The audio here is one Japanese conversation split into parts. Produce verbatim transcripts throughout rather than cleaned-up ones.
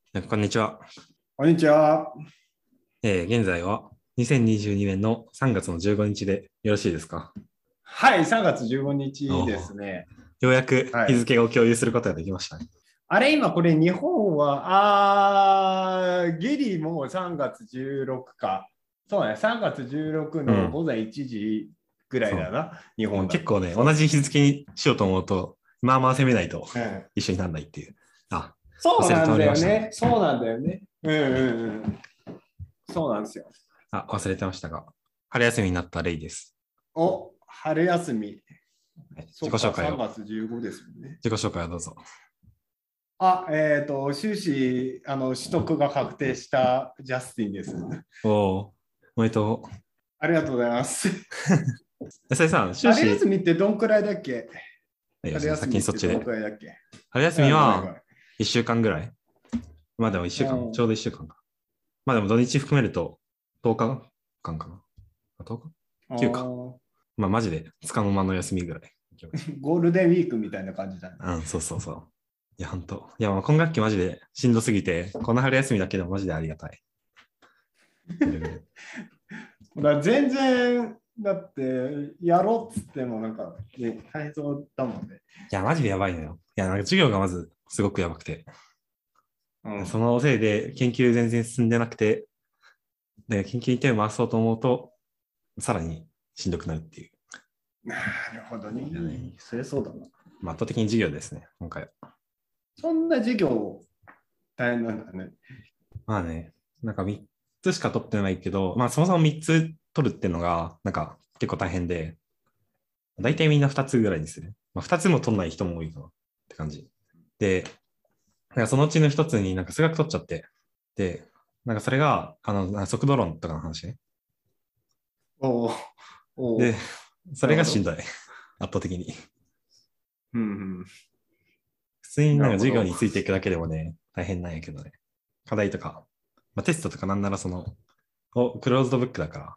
こんにちは。 こんにちは。 えー現在はにせんにじゅうにねんのさんがつのじゅうごにちでよろしいですか？ はい、さんがつじゅうごにちでおーすね。 ようやくはい。 日付を共有することができましたね。 あれ、今これ日本は、あー、ギリもうさんがつじゅうろくか。そうね、さんがつじゅうろくうん。 の午前いちじぐらいそう。 だな、日でも本だと。 結構ね、同そうそじ日付にしようと思うと、まあまあ攻めないとう。うん、 一緒にならないっていう。あ、忘れてそうなんおりましたね。 だよね。そうなんだよね。うんうんうん。そうなんですよ。 あ、忘れてましたが、春休みになったレイです。 お、春休み。 はい、自己そっか、3 紹介を。 月じゅうごですもんね。 自己紹介をどうぞ。 あ、えっ、と、修士、あの、取得が確定したジャスティンです。 おお、おめでとう。 ありがとうございます。 えそれさ、修春休士、 みってどんくらいだっけ？ いやじゃあ春休み先にそっちで。 ってどんくらいだっけ？ 春休みうん、ごめんごはめん。 いっしゅうかんぐらい。まあでもいっしゅうかん、ちょうどいっしゅうかんか。まあでも土日含めるととおかかんかな。あ、とおか？ あきゅう か。 ーまあマジでつかの間の休みぐらい。 ゴールデンウィークみたいな感じだね。 うん、そうそうそう。いや、ほんと。いや、まあ今学期マジでしんどすぎて、この春休みだけでもマジでありがたい。ぐるぐるだから全然、だって、やろうっつってもなんか、ね、大変そうだもんね。 いや、マジでやばいのよ。いや、なんか授業がまずすごくやばくて。 うん。 そのせいで研究全然進んでなくて、で、研究に手を回そうと思うと、さらにしんどくなるっていう。 なるほどいやね、 ね。そりゃそうだな。 まあ、圧倒的に授業ですね、今回は。 そんな授業大変なんだね。 まあね、なんかみっつしか取ってないけど、まあそもそもみっつ取るっていうのが、なんか結構大変で、大体みんなふたつぐらいにする。まあ、ふたつも取んない人も多いかなって感じ。で、なんかそのうちのひとつになんか数学取っちゃって、で、なんかそれが、あの、速度論とかの話ね。 おお、おで、 お、 そなるほど。 れがしんどい。圧倒的に。 うん、 普通にうん、 なんか授業なるほど。 についていくだけでもね、大変なんやけどね。課題とか、まあ、テストとかなんならその、おクローズドブックだから、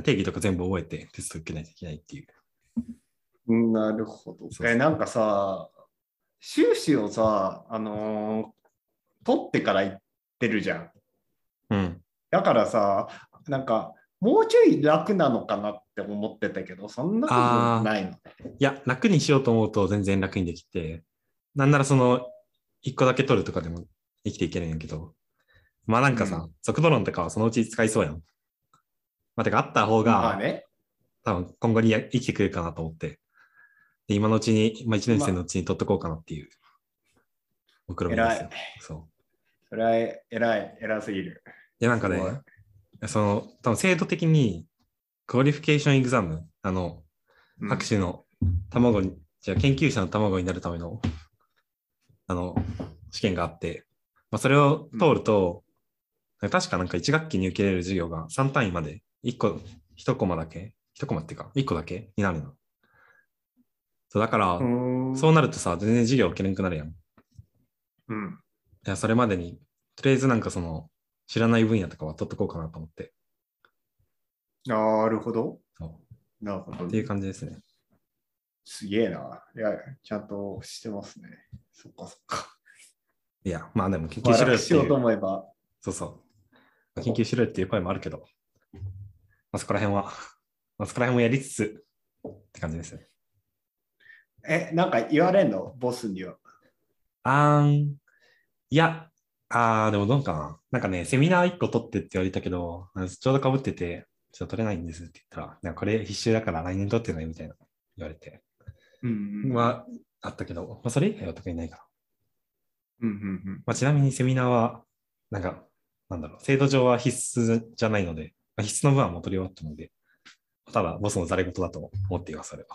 定義とか全部覚えてテスト受けないといけないっていう。 なるほど。え、 そうそう。 なんかさ、修士をさ、あのー取ってから行ってるじゃん。 うん。 だからさ、なんか、もうちょい楽なのかなって思ってたけど、そんなことああ、 ないの。 いや、楽にしようと思うと全然楽にできて、なんならその、一個だけ取るとかでも生きていけるんやけど、まあなんかさ、 うん。 速度論とかはそのうち使いそうやん。まあてかあった方が、 まあね。 多分今後に生きてくるかなと思って、で今のうちに、まあ一年まあ、 生のうちに取っとこうかなっていう、目論みで偉い。 すよ。そう。 それは偉い。偉すぎる。 で、なんすごい。 かね、その、多分制度的に、クオリフィケーションエグザム、あの、 うん。 博士の卵に、じゃあ研究者の卵になるための、あの、試験があって、まあ、それをうん。 通ると、確かなんかいち学期に受けれる授業がさん単位まで、いっこ、いちコマだけ、いちコマっていうか、いっこだけになるの。そう、だかうーら、そうん。 なるとさ、全然授業受けれなくなるやん。いうん。 や、それまでに、とりあえずなんかその、知らない分野とかは取っとこうかなと思って。 なるほど。 そう。っなるほどね。 ていう感じですね。 すげえな。いや、ちゃんとしてますね。そっかそっか。 いや、まあでも研究まあ、 しろ楽しようとよっていう、 思えば。 そうそう。まあ研究しろよっていう声もあるけど、まあ、そこら辺は、まあ、そこら辺もやりつつって感じですね。 え、なんか言われんのボスには。 あーん、いや、あー、でもどうかな。なんかね、セミナーいっこ取ってって言われたけど、ちょうど被ってて、ちょっと取れないんですって言ったら、なんかこれ必修だから来年取ってないみたいな言われて。 うんうんは、あったけど、まあ、それ以外は特にないかな。 うん。うんうんまあ、ちなみにセミナーは、なんか、なんだろう、制度上は必須じゃないので、まあ、必須の分はもう取り終わったので、ただ、ボスのざれ言だと思っています、それは。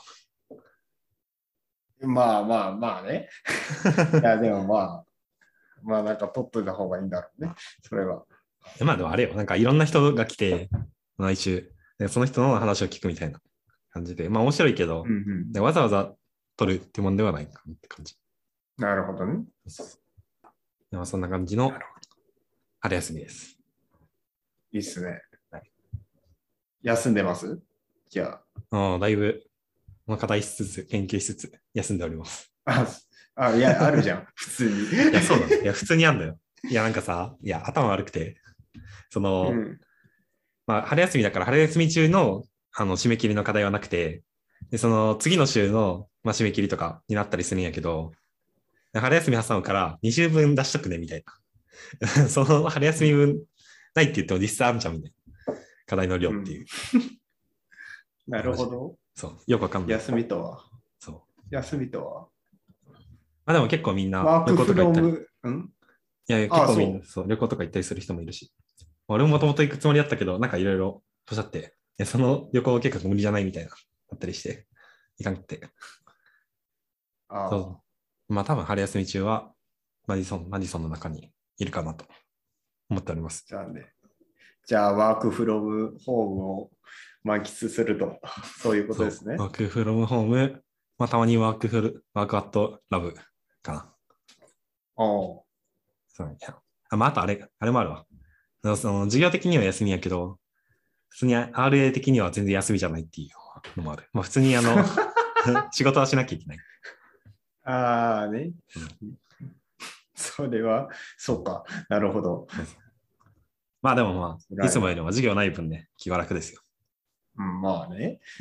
うん。まあまあまあね。いや、でもまあ、まあなんか取っといた方がいいんだろうね。それは。 まあでもあれよ、なんかいろんな人が来て、毎週、でその人の話を聞くみたいな感じで、まあ面白いけど、 うんうん。 でわざわざ取るってもんではないかなって感じ。 なるほどね。 でもそんな感じの春休みです。 いいっすね。 はい、 休んでますじゃあだいぶ、まあ、課題しつつ、研究しつつ、休んでおります。 あ。あ、あいや、あるじゃん。普通に。 いや、そうなの。いや、普通にあんだよ。 いや、なんかさ、いや、頭悪くて、その、 うん。 まあ、春休みだから春休み中の、あの、締め切りの課題はなくて、で、その次の週の、まあ、締め切りとかになったりするんやけど、春休み挟むからに週分出しとくね、みたいな。その春休み分ないって言っても実際あるじゃん、みたいな。課題の量っていう。 うん、なるほど。 そう、よくわかんない。 休みとは。 そう。 休みとは。 まあでも結構みんなワーク旅行とか行ったり。 フロム、んいやいや、結ああ、 構みんなそそう旅行とか行ったりする人もいるし。俺ももともと行くつもりだったけど、なんかいろいろとしゃって、いやその旅行計画無理じゃないみたいな、だったりして、いかんくて。 う。ああ。 そう。まあ多分春休み中はマディソン、マディソンの中にいるかなと思っております。 じゃあね。じゃあ、ワークフロムホームを満喫すると、そういうことですね。 ワークフロムホーム、まあたまにワークフル、ワークアットラブかな。 おそういやあ、まああとあれ、あれもあるわ。その授業的には休みやけど、普通に アールエー 的には全然休みじゃないっていうのもある。まあ普通にあの、仕事はしなきゃいけない。 ああね。 うん、 それは、そうか。なるほど。 そうそう、まあでもまあ、いつもよりも授業ない分ね、気は楽ですよ。 うん、まあね。 うん。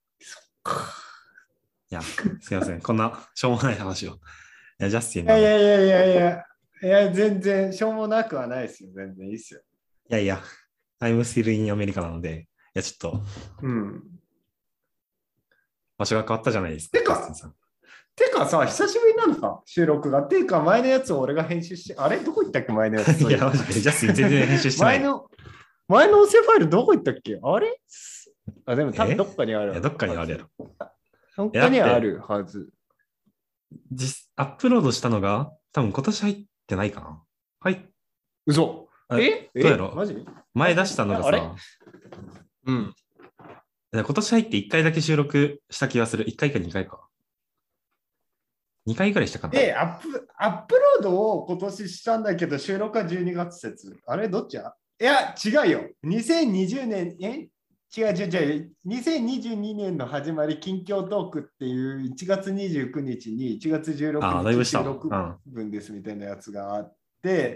いや、すいません。こんなしょうもない話を。いや、ジャスティンの、ね、 いやいやいやいやいや、いや、全然、しょうもなくはないですよ。全然いいですよ。 いやいや、I'm still in アメリカなので、いや、ちょっと、 うん。 場所が変わったじゃないですか、 てかジャスティンさん。 てかさ、久しぶりなのか、収録が。ていうか、前のやつを俺が編集して、あれどこ行ったっけ、前のやつ。 いや、マジで、ジャスティン全然編集してない。 前の、前の音声ファイルどこ行ったっけ、あれあ、でも多分どっかにある。 いや、どっかにあるやろ。 どっかにあるはず。 実アップロードしたのが、多分今年入ってないかな。はい。 嘘。えどうやろマジ前出したのがあれさ、 うん。 今年入っていっかいだけ収録した気がする。いっかいかにかいか。にかいぐらいしたかな。 で、アップ、アップロードを今年したんだけど、収録はじゅうにがつ説。あれどっちやいや、違うよ。にせんにじゅうねん、え違う違う違う。にせんにじゅうにねんの始まり、近況トークっていういちがつにじゅうくにちにいちがつじゅうろくにち収録分ですみたいなやつがあって、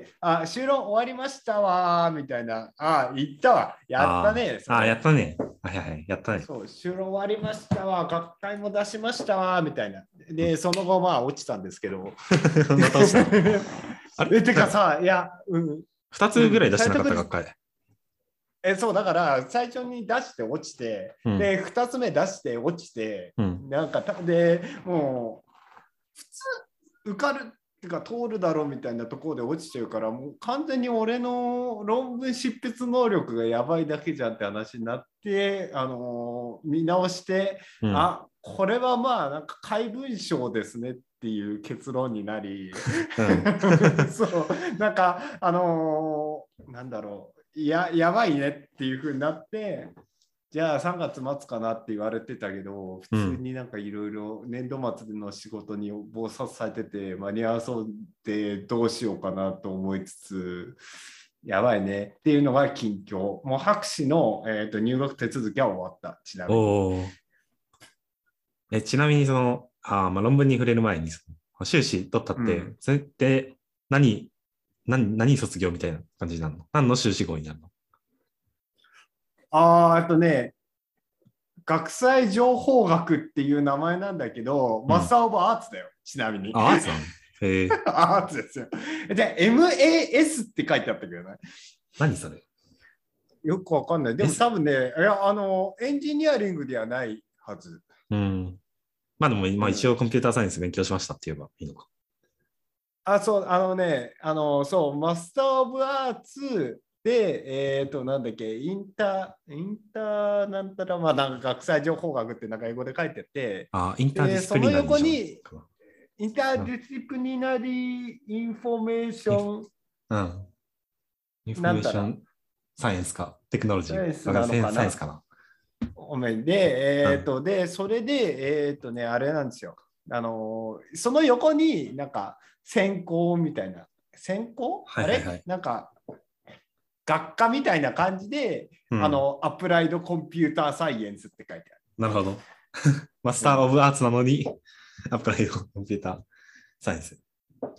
あ、収録終わりましたわみたいな。あ、言ったわ。やったね。 ああ、やったね。はいはい、やったね。 そう、収録終わりましたわ。学会も出しましたわみたいな。で、その後、まあ、落ちたんですけど。 また落ちたのあれてかさ、いや、うん。 ふたつぐらい出してなかった学会。 え、そう、だから最初に出して落ちて、うん、で、ふたつめ出して落ちて、うん、なんか、で、もう、普通、受かるっていうか通るだろうみたいなところで落ちちゃうから、もう完全に俺の論文執筆能力がやばいだけじゃんって話になって、あのー、見直して、うん、あ、これはまあ、なんか怪文章ですねっていう結論になり、うん、そう、なんか、あのー、なんだろう。いや、やばいねっていう風になって、じゃあさんがつ末かなって言われてたけど、普通になんかいろいろ年度末の仕事に忙殺されてて、間に合わそうでどうしようかなと思いつつ、やばいねっていうのが近況。もう博士の、えー、と入学手続きは終わった、ちなみに。 おえちなみにそのあ、まあ、論文に触れる前に修士取ったって、うん、それって何何, 何卒業みたいな感じになるの？何の修士号になるの？ ああ、あとね、学際情報学っていう名前なんだけど、うん、マスター・オブ・アーツだよ、ちなみに。 アーツなの？へえ。 アーツですよ。で、エムエーエス って書いてあったけどね。 何それ？ よくわかんない。でも多分ね、いや、あの、エンジニアリングではないはず。 うん。まあでも、まあ、一応コンピューターサイエンス勉強しましたって言えばいいのか。 あ、そう、あのね、あの、そう、マスター・オブ・アーツで、えっ、ー、と、なんだっけ、インター、インターなんたら、まあ、なんか学際情報学ってなんか英語で書いてて、 あ、インターディスプリナリー。 その横に、インターディスプリナリー・インフォメーション、 うん。インフォメーションサイエンスか、テクノロジー。サイエンスなのかな。サイエンスかな。 おめで、えっ、ー、と、うん、で、それで、えっ、ー、とね、あれなんですよ。あの、その横になんか、専攻みたいな。専攻、 はいはいはい、 あれなんか、学科みたいな感じで、うん、あの、アプライドコンピューターサイエンスって書いてある。 なるほど。マスター・オブ・アーツなのに、アプライドコンピューターサイエンス。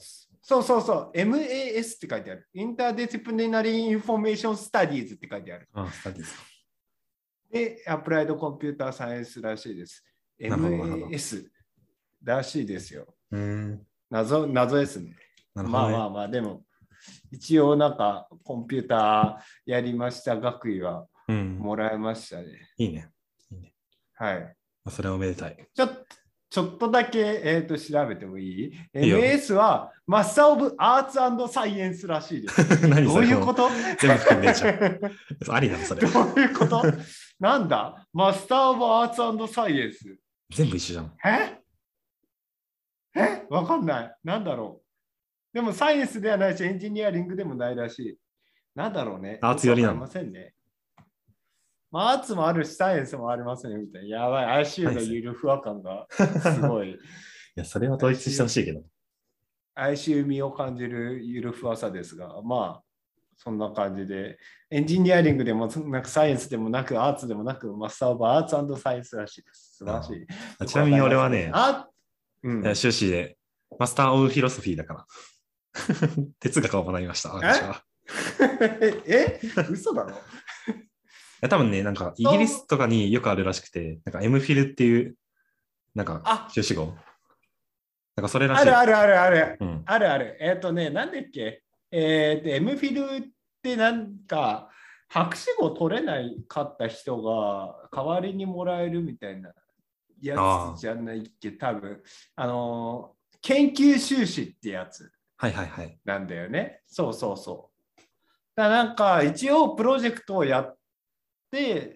そうそうそう、エムエーエス って書いてある。Interdisciplinary Information Studies って書いてある。 ああ、スタディーズ。 で、アプライドコンピューターサイエンスらしいです。エムエーエス らしいですよ。 うん。 謎、謎ですね。 なるほどね。 まあまあまあ、でも、一応なんかコンピューターやりました学位はもらいましたね。うん、 いいね。いいね。 はい。 それはおめでたい。 ちょっと、ちょっとだけ、えー、と調べてもいい？ エムエーエス はマスター・オブ・アーツ&サイエンスらしいです。 何どういうこと？ 全部含んでんじゃん。ありなのそれ。 どういうこと？なんだマスター・オブ・アーツ&サイエンス。 全部一緒じゃん。 ええわかんない。なんだろう。でもサイエンスではないし、エンジニアリングでもないらしい。なんだろうね。 アーツ寄りなの。 わかりませんね。まあ、アーツもあるし、サイエンスもありますね、みたいな。やばい、アイシーユー のゆるふわ感がすごい。いや、それは統一してほしいけど。 アイシーユー 味を感じるゆるふわさですが、まあ、そんな感じで、エンジニアリングでもなく、サイエンスでもなく、アーツでもなく、マスター・オブ・アーツ&サイエンスらしいです。素晴らしい。 ちなみに俺はね、 あ、うん、 修士でマスター・オブ・フィロソフィーだから。哲学を学びました、私は。 え嘘だろ多分ね、なんかイギリスとかによくあるらしくて、なんか エムフィルっていう、なんか修士号。なんかそれらしい。 あるあるあるある。 うん、 あるある。えっ、ー、とね、なんだっけえっ、ー、と、エムフィルってなんか、博士号取れないかった人が代わりにもらえるみたいなやつじゃないっけ、多分。あの、研究修士ってやつ。 はいはいはい。 なんだよね。そうそうそう。だからなんか一応プロジェクトをやって、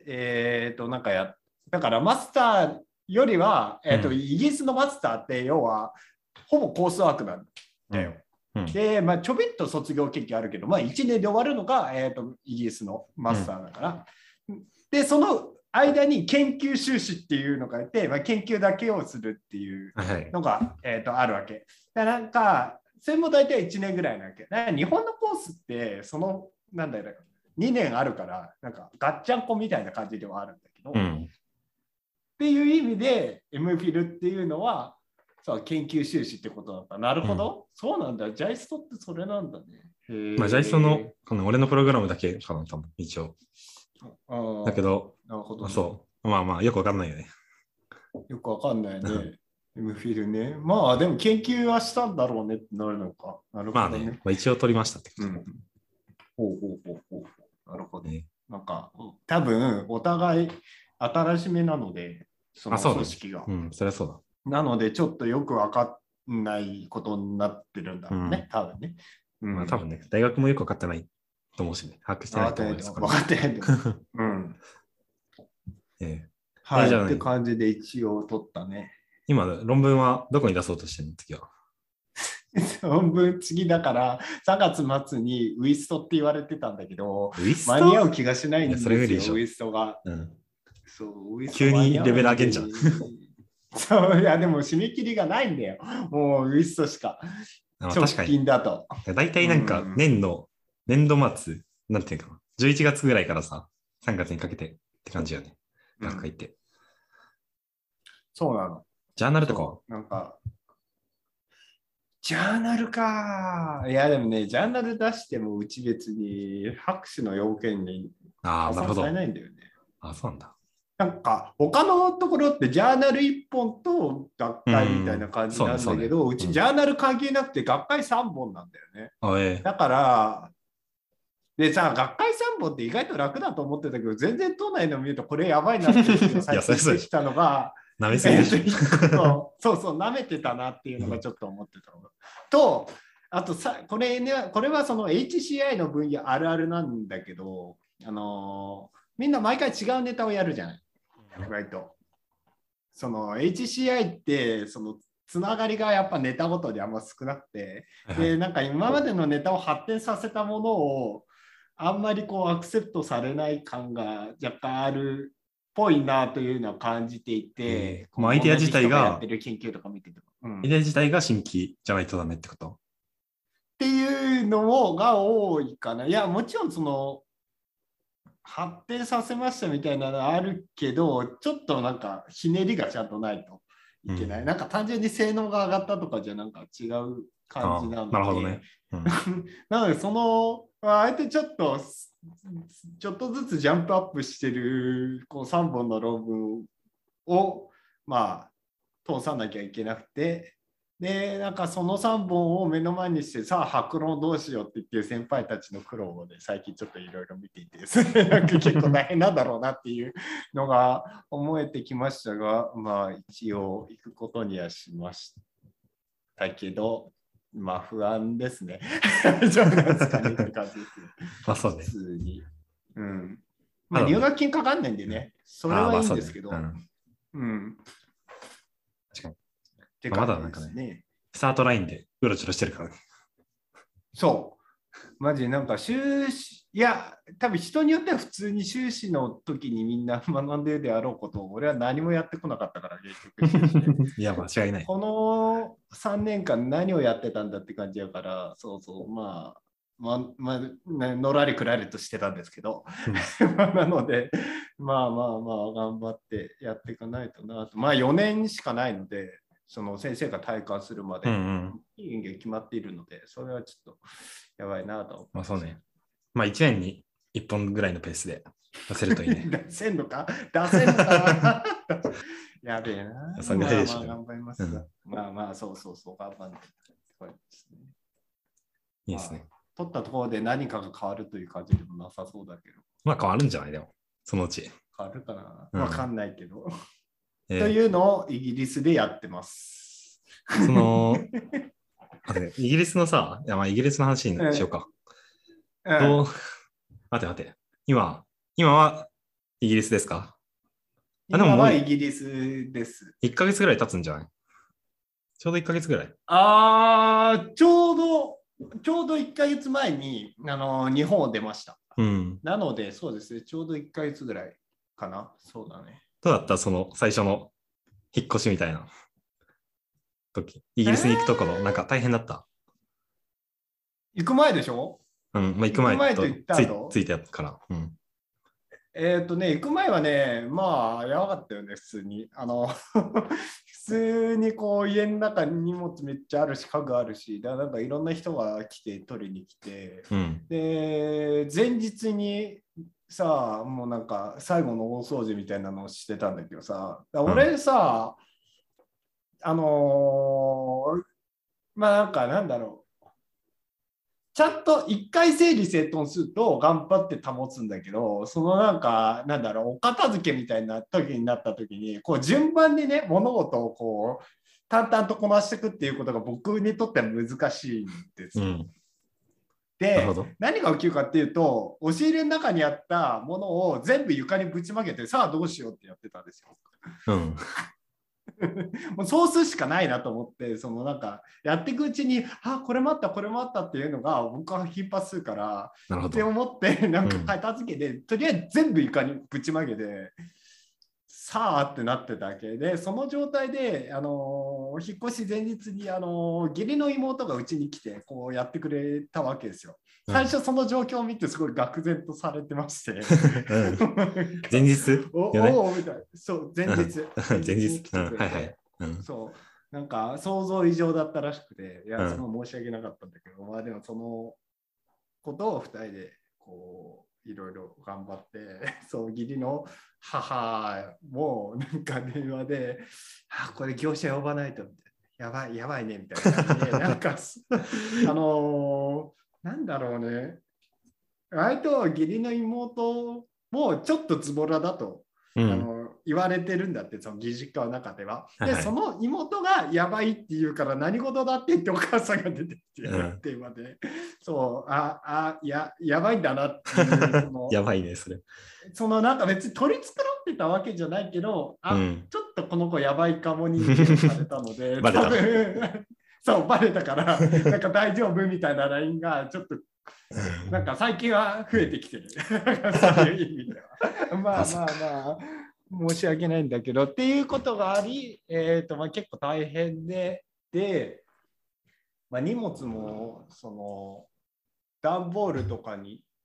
えっ、ー、となんかや、だからマスターよりは、えっ、ー、と、うん、イギリスのマスターって要はほぼコースワークなんだよ。うんうん、で、まあちょびっと卒業研究あるけど、まあいちねんで終わるのが、えっ、ー、とイギリスのマスターだから。うん、で、その間に研究修士っていうのがいて、まあ、研究だけをするっていうのが、はい、えー、とあるわけ。だからなんかそれも大体いちねんぐらいなわけ。だから日本のコースって、その、なんだよ、にねんあるから、なんかガッチャンコみたいな感じではあるんだけど、うん、っていう意味で、エムフィルっていうのは、そう研究修士ってことだった。なるほど、うん、そうなんだ。ジャイストってそれなんだね。 へまあ、ジャイストの、この俺のプログラムだけかな、多分一応。あだけど、なるほど、ね、そう。まあまあ、よくわかんないよね。 よくわかんないね。エムフィルね。まあでも研究はしたんだろうねってなるのか。なるほどね。まあね、まあ、一応取りましたってこと。うん、 ほうほうほうほう。なるほど。ね、なんか多分お互い新しめなので、その組織が。 うん、そりゃそうだ。 なのでちょっとよくわかんないことになってるんだろうね。うん、多分ね。 うん、まあ多分ね、大学もよくわかってないと思うしね。把握してないと思います。 分かってないと思う。うん。 ええ、 はい、じゃあって感じで一応取ったね。 今、論文はどこに出そうとしてるの次は論文次だからさんがつ末にウィストって言われてたんだけど、間に合う気がしないんですよ、ウィストが。うん、 そうウィスト急にレベル上げんじゃん。 そういや、でも締め切りがないんだよ。もうウィストしか。直近だと。 大体なんか年の、うん、年度末、なんていうかな、じゅういちがつぐらいからさ、さんがつにかけてって感じよね。学会って、うん。 そうなの。 ジャーナルとかはなんか、ジャーナルか。いや、でもね、ジャーナル出してもうち別に博士の要件に加算されないんだよね。 ああ、そうなんだ。 なんか、他のところってジャーナルいっぽんと学会みたいな感じなんだけど、うんうね、うちジャーナル関係なくて学会さんぼんなんだよね。 うん、ええ、 だから、でさ、学会さんぼんって意外と楽だと思ってたけど、全然都内の見るとこれやばいなっていうのが最近できたのが、 なめすぎでしょそうそう、なめてたなっていうのがちょっと思ってたのが。と、あとさ、これね、これはその エイチシーアイ の分野あるあるなんだけど、あのー、みんな毎回違うネタをやるじゃない。意外と。その エイチシーアイ ってそのつながりがやっぱネタごとにあんま少なくて、でなんか今までのネタを発展させたものをあんまりこうアクセプトされない感が若干あるっぽいなというのを感じていて、 うん、アイデア自体がやってる研究とか見てても、 うん、アイデア自体が新規じゃないとダメってことっていうのが多いかな。いやもちろんその発展させましたみたいなのあるけど、ちょっとなんかひねりがちゃんとないといけない。うん、なんか単純に性能が上がったとかじゃなんか違う感じなので、 なるほどね。うん、 なので、その、あえてちょっと、ちょっとずつジャンプアップしてるこうさんぼんの論文を、まあ、通さなきゃいけなくて、で、なんかそのさんぼんを目の前にして、さあ、白論どうしようって言ってる先輩たちの苦労をね、最近ちょっといろいろ見ていてですね、なんか結構大変なんだろうなっていうのが思えてきましたが、まあ、一応行くことにはしましたけど、まあ、不安ですね。大丈夫なんですかねって感じですね。 まあ、そうね。 普通に。うん。まあ、入学金かかんないんでね、それはいいんですけど、 あ、まあそうね、うん。 うん。 確かに。 ってまあ、まだ感じなんかね、 ですね。 スタートラインでうろちょろしてるからね。 そう。マジなんか修士、いや、多分人によっては普通に修士の時にみんな学んでるであろうことを、俺は何もやってこなかったから、結局。 いや、間違いない。 このさんねんかん何をやってたんだって感じやから、そうそう、まあ、まあ、まあ、ね、のらりくらりとしてたんですけど、なので、まあまあまあ、頑張ってやっていかないとなと。まあ、よねんしかないので、その先生が体感するまで、いい演技が決まっているので、それはちょっとやばいなと思って。 まあそうね。まあいちねんにいっぽんぐらいのペースで出せるといいね。 出せんのか出せんのかやべえな。 そんぐらいでしょ。 まあまあ頑張りますが、うん、まあまあそうそうそう頑張って。これですね。 いいですね。 まあ、取ったところで何かが変わるという感じでもなさそうだけど。 まあ変わるんじゃないでも、そのうち。 変わるかなわかんないけど。 えー、 というのをイギリスでやってます。 その、あれイギリスのさ、いやまあイギリスの話にしようか。うん、どう待て待て。今、今はイギリスですか？ 今はイギリスです。 いっかげつぐらい経つんじゃない？ちょうどいっかげつぐらい。 ああ、ちょうど、ちょうどいっかげつまえにあの日本を出ました。 うん。 なので、そうですね、ちょうどいっかげつぐらいかな。そうだね。 どうだったその最初の引っ越しみたいな時。イギリスに行くところ、えー、なんか大変だった？ 行く前でしょ？ うん、まあ、行く前と行く前と行った後ついてやったから。うん、 えっ、ー、とね、行く前はね、まあ、やばかったよね、普通に。あの、普通にこう、家の中に荷物めっちゃあるし、家具あるし、だなんかいろんな人が来て、取りに来て、 うん、 で、前日にさ、もうなんか、最後の大掃除みたいなのをしてたんだけどさ、俺さ、うん、あのー、まあなんか、なんだろう。ちゃんと一回整理整頓すると頑張って保つんだけど、そのなんか、なんだろう、お片付けみたいな時になった時に、こう順番にね、物事をこう、淡々とこなしていくっていうことが僕にとっては難しいんですよ。うん、で、何が起きるかっていうと、押し入れの中にあったものを全部床にぶちまけて、さあどうしようってやってたんですよ。うんもうそうするしかないなと思って、そのなんかやっていくうちに、あ、これもあったこれもあったっていうのが僕は頻発するからって思ってなんか片付けて、うん、とりあえず全部床にぶちまけてさあってなってたわけで、その状態であの引っ越し前日にあの義理の妹がうちに来てこうやってくれたわけですよ。最初その状況を見てすごい愕然とされてまして、うん、 前日おおみたいな、そう前日前日うんはいはい、 うん、そうなんか想像以上だったらしくて、いやすごい申し訳なかったんだけど、うん、まあでもそのことをふたりでこういろいろ頑張ってそう義理の母もなんか電話であこれ業者呼ばないとみたいな、やばいやばいねみたいな感じでなんかあのーなんだろうね。割と義理の妹もちょっとズボラだと、うん、あの言われてるんだって、その義実家の中では。で、はいはい、その妹がやばいって言うから何事だって言ってお母さんが出てきて、うん、電話で。そう、あ、あ、や、やばいんだなっていう。そのやばいね、それ。 そのなんか別に取り繕ってたわけじゃないけど、あ、うん、ちょっとこの子やばいかもにされたので、 バレた多分そうバレたからなんか大丈夫みたいな ライン がちょっとなんか最近は増えてきてるそういう意味ではまあまあまあ申し訳ないんだけどっていうことがあり、えーとまあ、結構大変でで、まあ、荷物もその段ボールとかに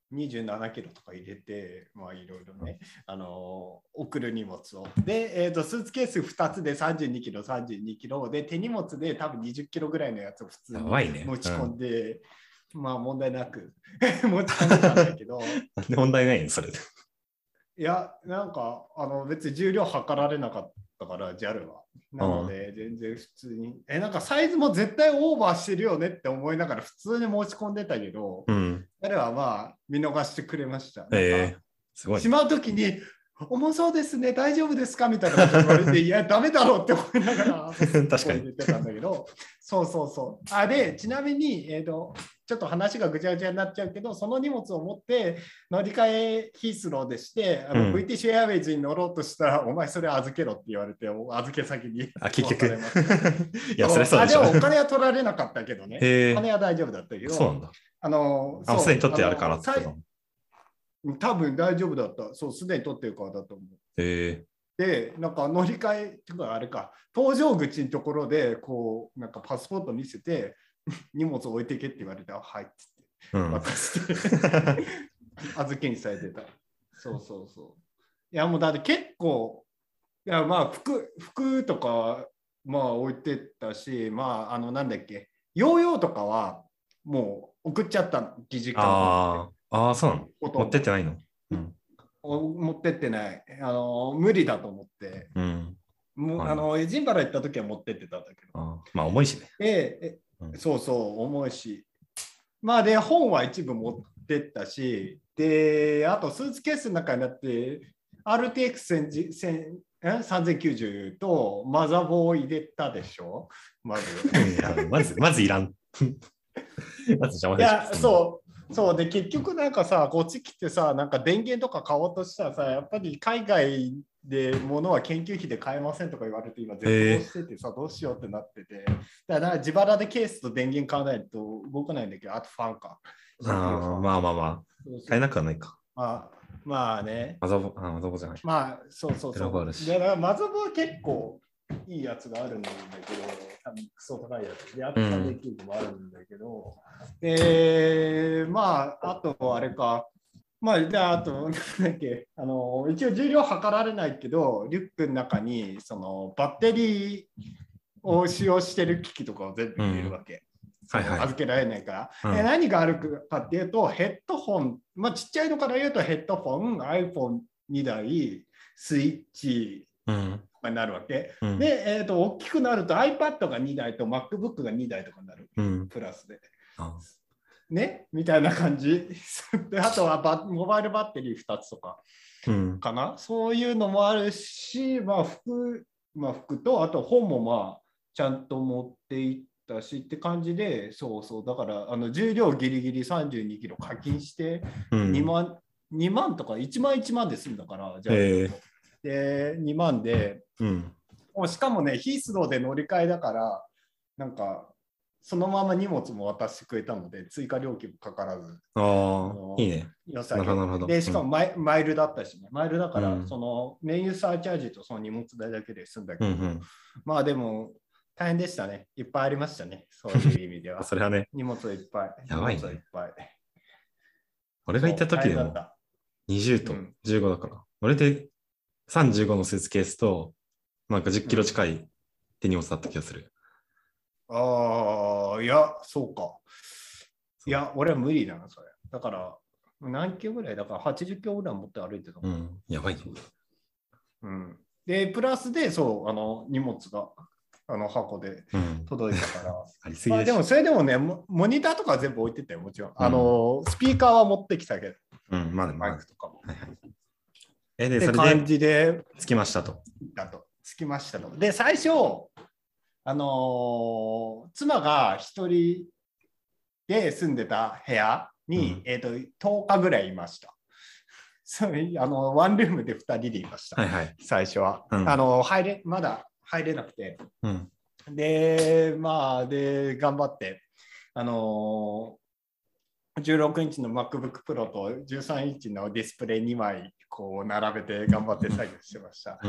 にじゅうななキロとか入れて、まあいろいろね、あのー、送る荷物を。で、えーと、スーツケースふたつでさんじゅうにキロ、さんじゅうにキロで、手荷物で多分にじゅっキロぐらいのやつを普通に持ち込んで、ねうん、まあ問題なく持ち込んでたんだけど。 なんで問題ないのそれで。 いや、なんかあの別に重量測られなかったから、ジャル は。なので、全然普通に。え、なんかサイズも絶対オーバーしてるよねって思いながら普通に持ち込んでたけど、うん、ジャル はまあ見逃してくれました。えー、すごい。しまうときに、重そうですね、大丈夫ですかみたいなこと言われて、いや、ダメだろうって思いながら、 確かに。 言ってたんだけど、そうそうそう。あで、ちなみに、えーと、ちょっと話がぐちゃぐちゃになっちゃうけど、その荷物を持って乗り換えヒースローでして、あの、うん、ブイティッシュエアウェイズに乗ろうとしたら、お前それ預けろって言われて、預け先に。 あ、結局。 いや、それそうでしょ。あ、でもお金は取られなかったけどね。お金は大丈夫だったけど。 そうなんだ。 あの、 あ、すでに取ってあるからってこと。 多分大丈夫だった。そう、すでに取ってるからだと思う。 へで、なんか乗り換えっていうか、あれか、搭乗口のところで、こう、なんかパスポート見せて、荷物置いてけって言われて、はいっつって、渡して、預けにされてた。そうそうそう。いや、もうだって結構、いや、まあ、服、服とか、まあ、置いてったし、まあ、あの、なんだっけ、ヨーヨーとかは、もう送っちゃったの、疑似ああ、そうなの。持ってってないの、 うん、持ってってない。あの、無理だと思って。うん、もう、はい、あの、エジンバラ行った時は持ってってたんだけど。 あまあ、重いしね。 で、うん、そうそう、重いし。まあ、で、本は一部持ってったし、で、あと、スーツケースの中になって、アールティーエックスさんぜんきゅうじゅうとマザボを入れたでしょまず。 まず、まずいらん。まず邪魔でしょ。いや、そう。そうで、結局なんかさ、こっち来てさ、なんか電源とか買おうとしたらさ、やっぱり海外で物は研究費で買えませんとか言われて、今絶望しててさ、どうしようってなってて。だから自腹でケースと電源買わないと動かないんだけど、あとファンか。 ああ、まあまあまあ。買えなくはないか。 まあ、まあね。 マザボ、あ、マザボじゃない。 まあ、そうそうそう。だからマザボは結構いいやつがあるんだけど、多分クソ高いやつ。で、あとさんぜんきゅうじゅうもあるんだけど、うん、で、まあ、あとあれか、まあ、じゃあ、あと、なんだっけ、あの、一応重量測られないけど、リュックの中に、その、バッテリーを使用してる機器とかを全部入れるわけ。うんはいはい、預けられないから、うん、何があるかっていうとヘッドホン、まあ、ちっちゃいのから言うとヘッドフォン アイフォンに 台スイッチとかになるわけ、うん、で、えーと、大きくなると iPad がにだいと MacBook がにだいとかになる、うん、プラスで、うん、ねみたいな感じであとはバモバイルバッテリーふたつとかかな、うん、そういうのもあるし、まあ 服、まあ、服とあと本もまあちゃんと持っていってだしって感じで、そうそう、だからあの重量ギリギリさんじゅうにキロ課金してにまん、うん、にまんとかいちまんいちまんで済んだから、じゃあ、えー、でにまんで、うん、しかもね、ヒースローで乗り換えだから、なんかそのまま荷物も渡してくれたので、追加料金もかからず。 ああ、いいね。 良さげで、しかもマイ、うん、マイルだったしね、マイルだから、うん、その燃油サーチャージとその荷物代だけで済んだけど、うんうん、まあでも、大変でしたね。いっぱいありましたね。そういう意味では。 それはね。 荷物いっぱい。 やばいね。 荷物いっぱい。 俺が行った時でもにじゅうとじゅうごだから。うん、俺でさんじゅうごのスーツケースとなんかじゅっキロ近い手荷物だった気がする。 うん、ああ、いや、そうか。いや、俺は無理だな、それ。だから、何キロぐらいだからはちじゅっキロぐらい持って歩いてた。 うん、やばいね。 うん。で、プラスで、そう、あの、荷物が。あの箱で届いたから、うん、ありすぎでしょ。まあ、でもそれでもね、モニターとかは全部置いてたよ、もちろん。うん、あのスピーカーは持ってきたけど、 うん、まあ、マイクとかも。 はいはい、えで、 でそれで感じで着きましたと。 だと着きましたと。で、最初、あのー、妻が一人で住んでた部屋に、うん、えーと、とおかぐらいいました。そうあのワンルームでふたりでいました、 はいはい、 最初は。うん、あの入れまだ入れなくて、うん、でまあで頑張ってあのー、じゅうろくインチの MacBook Pro とじゅうさんインチのディスプレイにまいこう並べて頑張って作業してました、うん、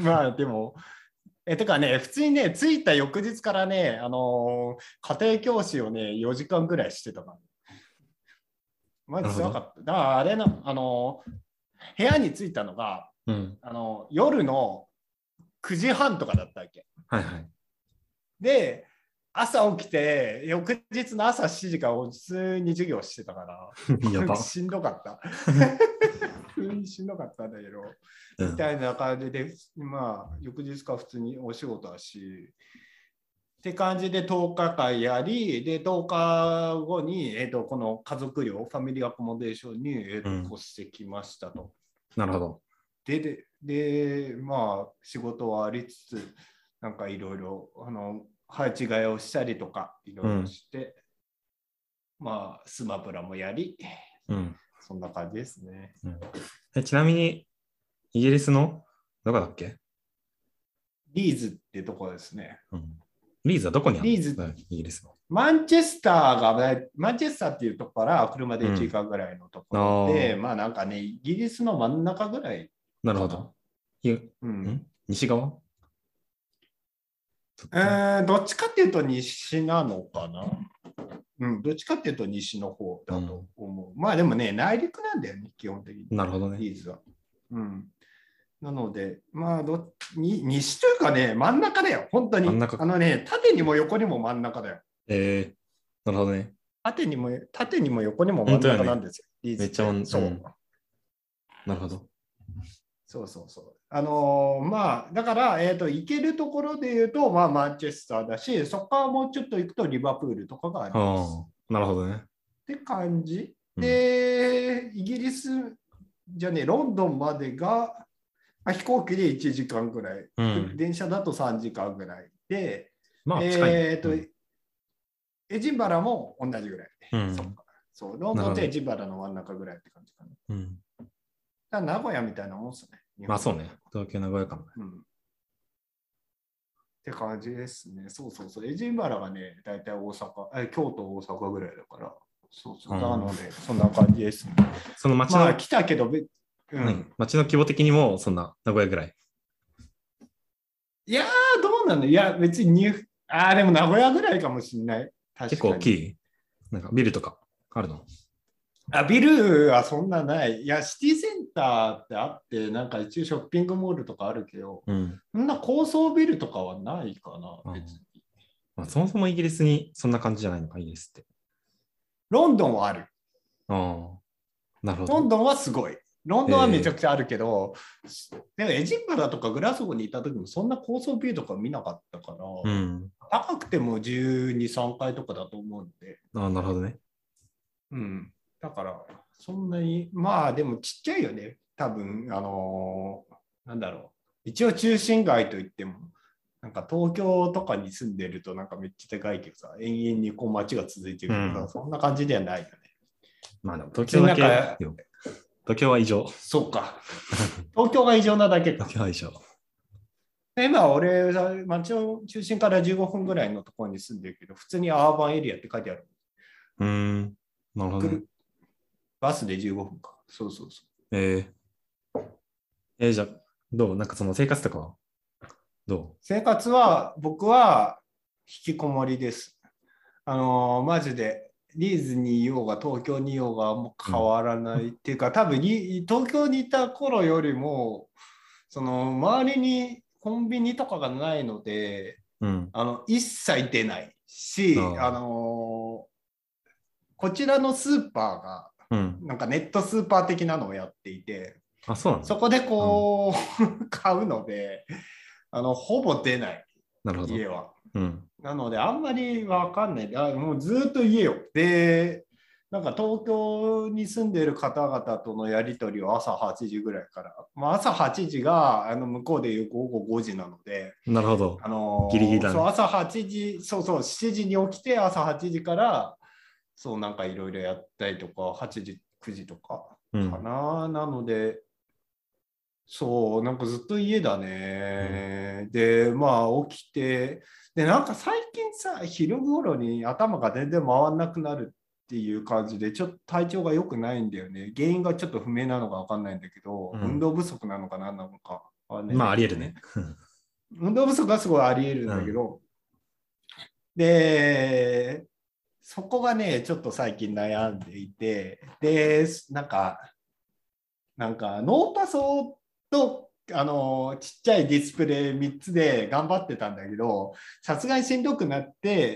まあでもえてかね普通にね着いた翌日からね、あのー、家庭教師をねよじかんぐらいしてたから、 マジつらかった。だからあれの、あの、部屋に着いたのが、 うん、 あの夜のくじはんとかだったわけ。 はいはい。 で、朝起きて、翌日の朝しちじから普通に授業してたから、 やばしんどかった。普通にしんどかったんだけど、 うん、 みたいな感じで、まあ、翌日から普通にお仕事だし、って感じでとおかかんやり、で、とおかごに、えーと、この家族寮、ファミリーアコモデーションに、えーと、 うん、 越してきましたと。 なるほど。 で、で、でまあ、仕事はありつつ、なんかいろいろ、あの、配置替えをしたりとか、いろいろして、うん、まあ、スマブラもやり、 うん、 そんな感じですね。 うん、えちなみに、イギリスのどこだっけ？ リーズってとこですね。 うん、リーズはどこにあるの？ リーズ、 イギリスの。 マンチェスターが、マンチェスターっていうとこから車でいちじかんぐらいのところで、うん、まあなんかね、イギリスの真ん中ぐらい。 なるほど。うん、西側？ えー、どっちかっていうと西なのかな。うん、どっちかっていうと西の方だと思う。うん、まあでもね、内陸なんだよね、基本的に。 なるほどね。 リーズは。うん。なので、まあどに、西というかね、真ん中だよ、本当に。真ん中。あのね、縦にも横にも真ん中だよ。 えー、なるほどね。 縦にも、縦にも横にも真ん中なんですよ。 ね、リーズめっちゃ真ん中。そう、うん。なるほど。 そうそうそう。あのー、まあ、だから、えっと、行けるところで言うと、まあ、マンチェスターだし、そこからもうちょっと行くとリバプールとかがあります。 なるほどね。 って感じ。で、うん、イギリスじゃね、ロンドンまでが、飛行機でいちじかんぐらい、うん、電車だとさんじかんぐらいで、まあ、えっと、うん、エジンバラも同じぐらい。うん、そうか。そう、ロンドンとエジンバラの真ん中ぐらいって感じかな。うん、だ名古屋みたいなもんっすね。 まあそうね。東京、名古屋かもね。 うん。って感じですね。そうそうそう。エジンバラがね、大体大阪、え京都、大阪ぐらいだから。そうそう。なので、そんな感じですね。 その街の、 まあ来たけど、 うん、街の規模的にもそんな名古屋ぐらい。 いやー、どうなの？いや、別にニュー、あー、でも名古屋ぐらいかもしれない。 確かに結構大きい？なんかビルとかあるの？ あ、ビルはそんなない。いや、シティセンターってあって、なんか一応ショッピングモールとかあるけど、うん、そんな高層ビルとかはないかな、別に。 まあ、そもそもイギリスにそんな感じじゃないのか、イギリスって。 ロンドンはある。 ああ、なるほど。 ロンドンはすごい。ロンドンはめちゃくちゃあるけど、えー、でもエジンバラとかグラスゴーにいた時もそんな高層ビルとか見なかったから、うん、高くてもじゅうに、さんかいとかだと思うんで。 ああ、なるほどね。 うん。だから、そんなに、まあでもちっちゃいよね。多分、あのー、なんだろう。一応中心街といっても、なんか東京とかに住んでるとなんかめっちゃでかいけどさ、延々にこう街が続いてるけどさ、うん、そんな感じではないよね。 まあでも東京だけ、東京は異常。 そうか。東京が異常なだけか。 東京は異常。 今俺、街の中心からじゅうごふんぐらいのところに住んでるけど、普通にアーバンエリアって書いてある。 うーん、なるほど、ね。 バスでじゅうごふんか。そうそうそう。 えー、えー、じゃあ、どうなんかその生活とかはどう？ 生活は、僕は引きこもりです。あのー、マジで、リーズにいようが東京にいようがもう変わらない、うん、っていうか、多分東京にいた頃よりも、その周りにコンビニとかがないので、うん、あの一切出ないし、あ、あのー、こちらのスーパーが、うん、なんかネットスーパー的なのをやっていて、 あ、そうなんだ。 そこでこう、うん、買うので、あのほぼ出ない。 なるほど。 家は。 うん、 なので、あんまりわかんない。あ、もうずっと家よ。で、なんか東京に住んでいる方々とのやり取りは朝はちじぐらいから。まあ、朝はちじがあの向こうでいう午後ごじなので。 なるほど。 あのー、 ギリギリだね。 そう、朝はちじ、そうそう、しちじに起きて朝はちじから、そうなんかいろいろやったりとか、はちじ、くじとかかな。うん、なので、そう、なんかずっと家だね。うん、で、まあ起きて、で、なんか最近さ、昼頃に頭が全然回んなくなるっていう感じで、ちょっと体調が良くないんだよね。原因がちょっと不明なのか分かんないんだけど、うん、運動不足なのか何なのか分かんない、ね。 まあありえるね。 運動不足がすごいありえるんだけど、うん、で、 そこがね、ちょっと最近悩んでいて、で、なんか、なんかノーパソとあのちっちゃいディスプレイみっつで頑張ってたんだけど、さすがにしんどくなって、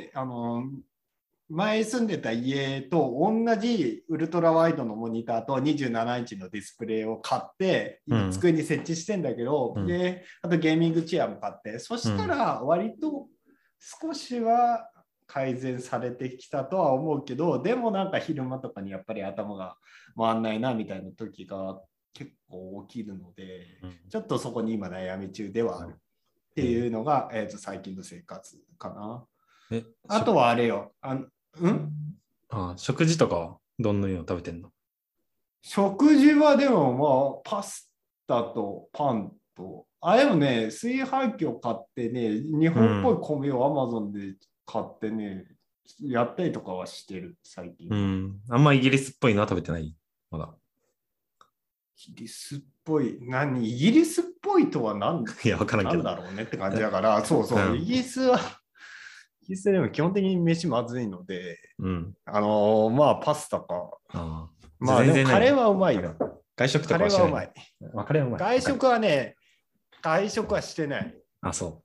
あの前住んでた家と同じウルトラワイドのモニターとにじゅうななインチのディスプレイを買って今机に設置してんだけど、うん、であとゲーミングチェアも買って、そしたら割と少しは改善されてきたとは思うけど、でもなんか昼間とかにやっぱり頭が回んないなみたいな時が結構起きるので、うん、ちょっとそこに今悩み中ではあるっていうのが、えー、と最近の生活かな。えあとはあれよ、あんあ食事とかはどんなの食べてんの？ 食事はでもまあパスタとパンと、あれもね、炊飯器を買ってね、日本っぽい米をアマゾンで買ってね、うん、やったりとかはしてる最近。 うん、あんまイギリスっぽいのは食べてないまだ。 イギリスっぽい、何、イギリスっぽいとは何、 いや、わからんけど。 なんだろうねって感じだから、そうそう、うん、イギリスは、イギリスでも基本的に飯まずいので、うん、あのー、まあ、パスタか。あまあ、でもカレーはうまいよ。 外食とかはしない。 カレーはうまい。 カレーはうまい。 外食はね、外食はしてない。 あ、そう。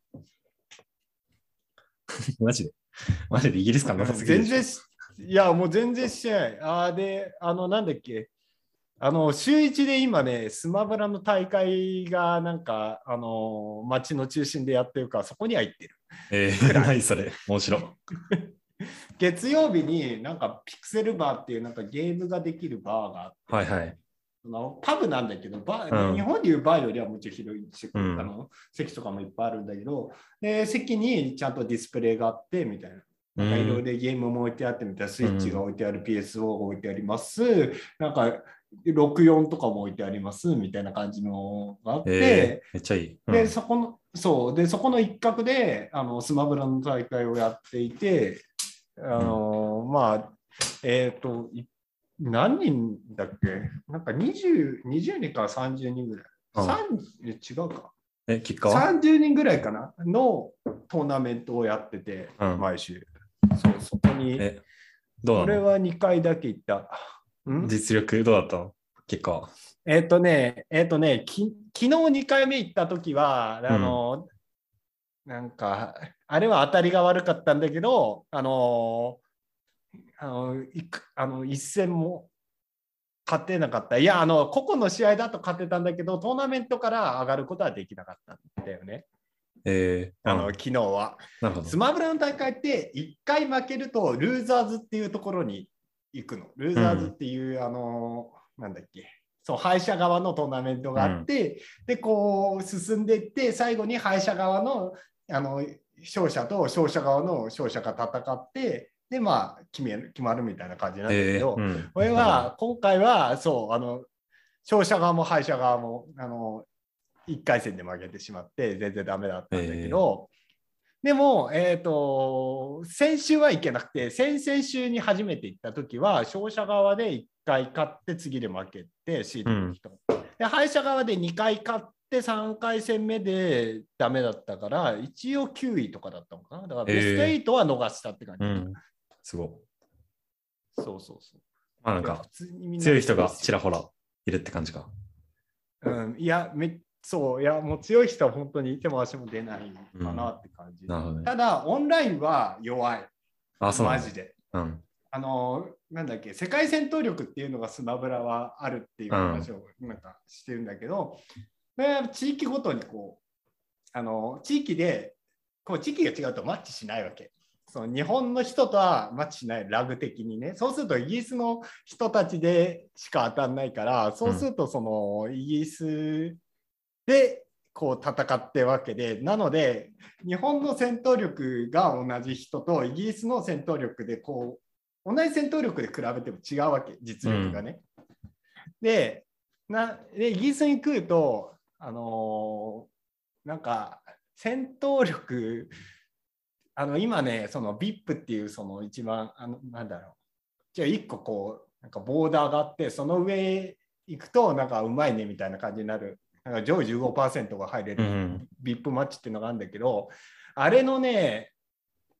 マジでマジでイギリス感なさすぎる。 全然、いや、もう全然してない。あで、あの、なんだっけ。あの週一で今ね、スマブラの大会がなんか、あの街の中心でやってるから、そこには行ってる。 えー、何それ、面白い。 月曜日になんかピクセルバーっていうなんかゲームができるバーがあって、 はいはい、 パブなんだけど、バー、うん、日本でいうバーよりはもちろん広いし、うん、あの席とかもいっぱいあるんだけど、で席にちゃんとディスプレイがあってみたいな。なんかいろいろゲームも置いてあってみたいな、スイッチが置いてある ピーエスフォー が置いてあります。なんかろくじゅうよんとかも置いてありますみたいな感じのがあって、 えー、めっちゃいい。 うん、で、そこの、そう、で、そこの一角で、あの、スマブラの大会をやっていて、あの、うん、まあ、えっ、ー、と、何人だっけなんかにじゅう、にじゅうにんからさんじゅうにんぐらい。さん違うか。 え、結果はさんじゅうにんぐらいかなのトーナメントをやってて、うん、毎週。そう、そこに。え、どうなの？これはにかいだけ行った。 実力どうだったの？結果。 えっ、ー、とね、えっ、ー、とね、き昨日にかいめ行った時は、あの、うん、なんか、あれは当たりが悪かったんだけど、あの、あの、いあの一戦も勝てなかった。いや、あの、個々の試合だと勝てたんだけど、トーナメントから上がることはできなかったんだよね。 えー、 あの、うん、昨日は。なるほど。スマブラの大会っていっかい負けるとルーザーズっていうところに行くの。ルーザーズっていう、うん、あの、なんだっけ。そう、敗者側のトーナメントがあって、うん、で、こう進んでいって、最後に敗者側の、あの、勝者と勝者側の勝者が戦って、で、まあ、決める、決まるみたいな感じなんだけど、えーうん、これは、今回は、そう、あの、勝者側も敗者側も、あの、いっかい戦で負けてしまって、全然ダメだったんだけど、えー、でも、えっと、先週はいけなくて、先々週に初めて行った時は、勝者側でいっかい勝って、次で負けて、シードの人。うん、で、敗者側でにかい勝って、さんかい戦目でダメだったから、一応きゅういとかだったのかな。だからベストエイトは逃したって感じ。えーうんすごい。 そうそうそう。 まあなんか強い人がちらほらいるって感じか。 うん、いやめそういやもう強い人は本当にいても足も出ないかなって感じ。うんね、ただオンラインは弱い。 あ、そうマジで。うん、あのなんだっけ世界戦闘力っていうのがスマブラはあるっていう話をなんかしてるんだけど、うん、地域ごとにこうあの地域でこう地域が違うとマッチしないわけ。その日本の人とはマッチしないラグ的にね。そうするとイギリスの人たちでしか当たんないから、そうするとそのイギリスでこう戦ってわけで、なので日本の戦闘力が同じ人とイギリスの戦闘力でこう同じ戦闘力で比べても違うわけ、実力がね。うん、でなでイギリスに来るとあのー、なんか戦闘力あの今ね、その ブイアイピー っていうその一番あのなんだろう、じゃあ一個こうなんかボーダーがあって、その上行くとなんかうまいねみたいな感じになる、なんか上位 じゅうごパーセント が入れる ブイアイピー マッチっていうのがあるんだけど、あれのね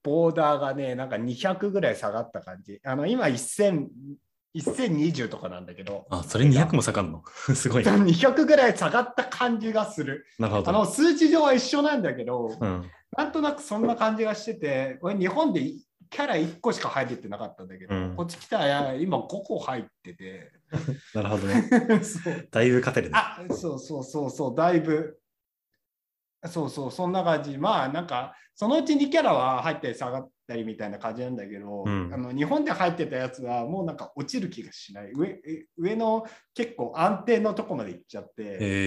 ボーダーがね、なんかにひゃくぐらい下がった感じ。あの今せんにじゅうとかなんだけど。 あ、それにひゃくも下がるのすごいな。 にひゃくぐらい下がった感じがする。 なるほど。 あの数値上は一緒なんだけど、 うん、 なんとなくそんな感じがしてて、俺日本でキャラいっこしか入ってなかったんだけど、うん、こっち来たら今ごこ入ってて。 なるほどね。だいぶ勝てるね。 あ、そうそうそうそう、だいぶ。そうそう、そんな感じ。まあなんか、そのうちにキャラは入って下がったりみたいな感じなんだけど、うん、あの日本で入ってたやつはもうなんか落ちる気がしない。上上の結構安定のとこまで行っちゃって、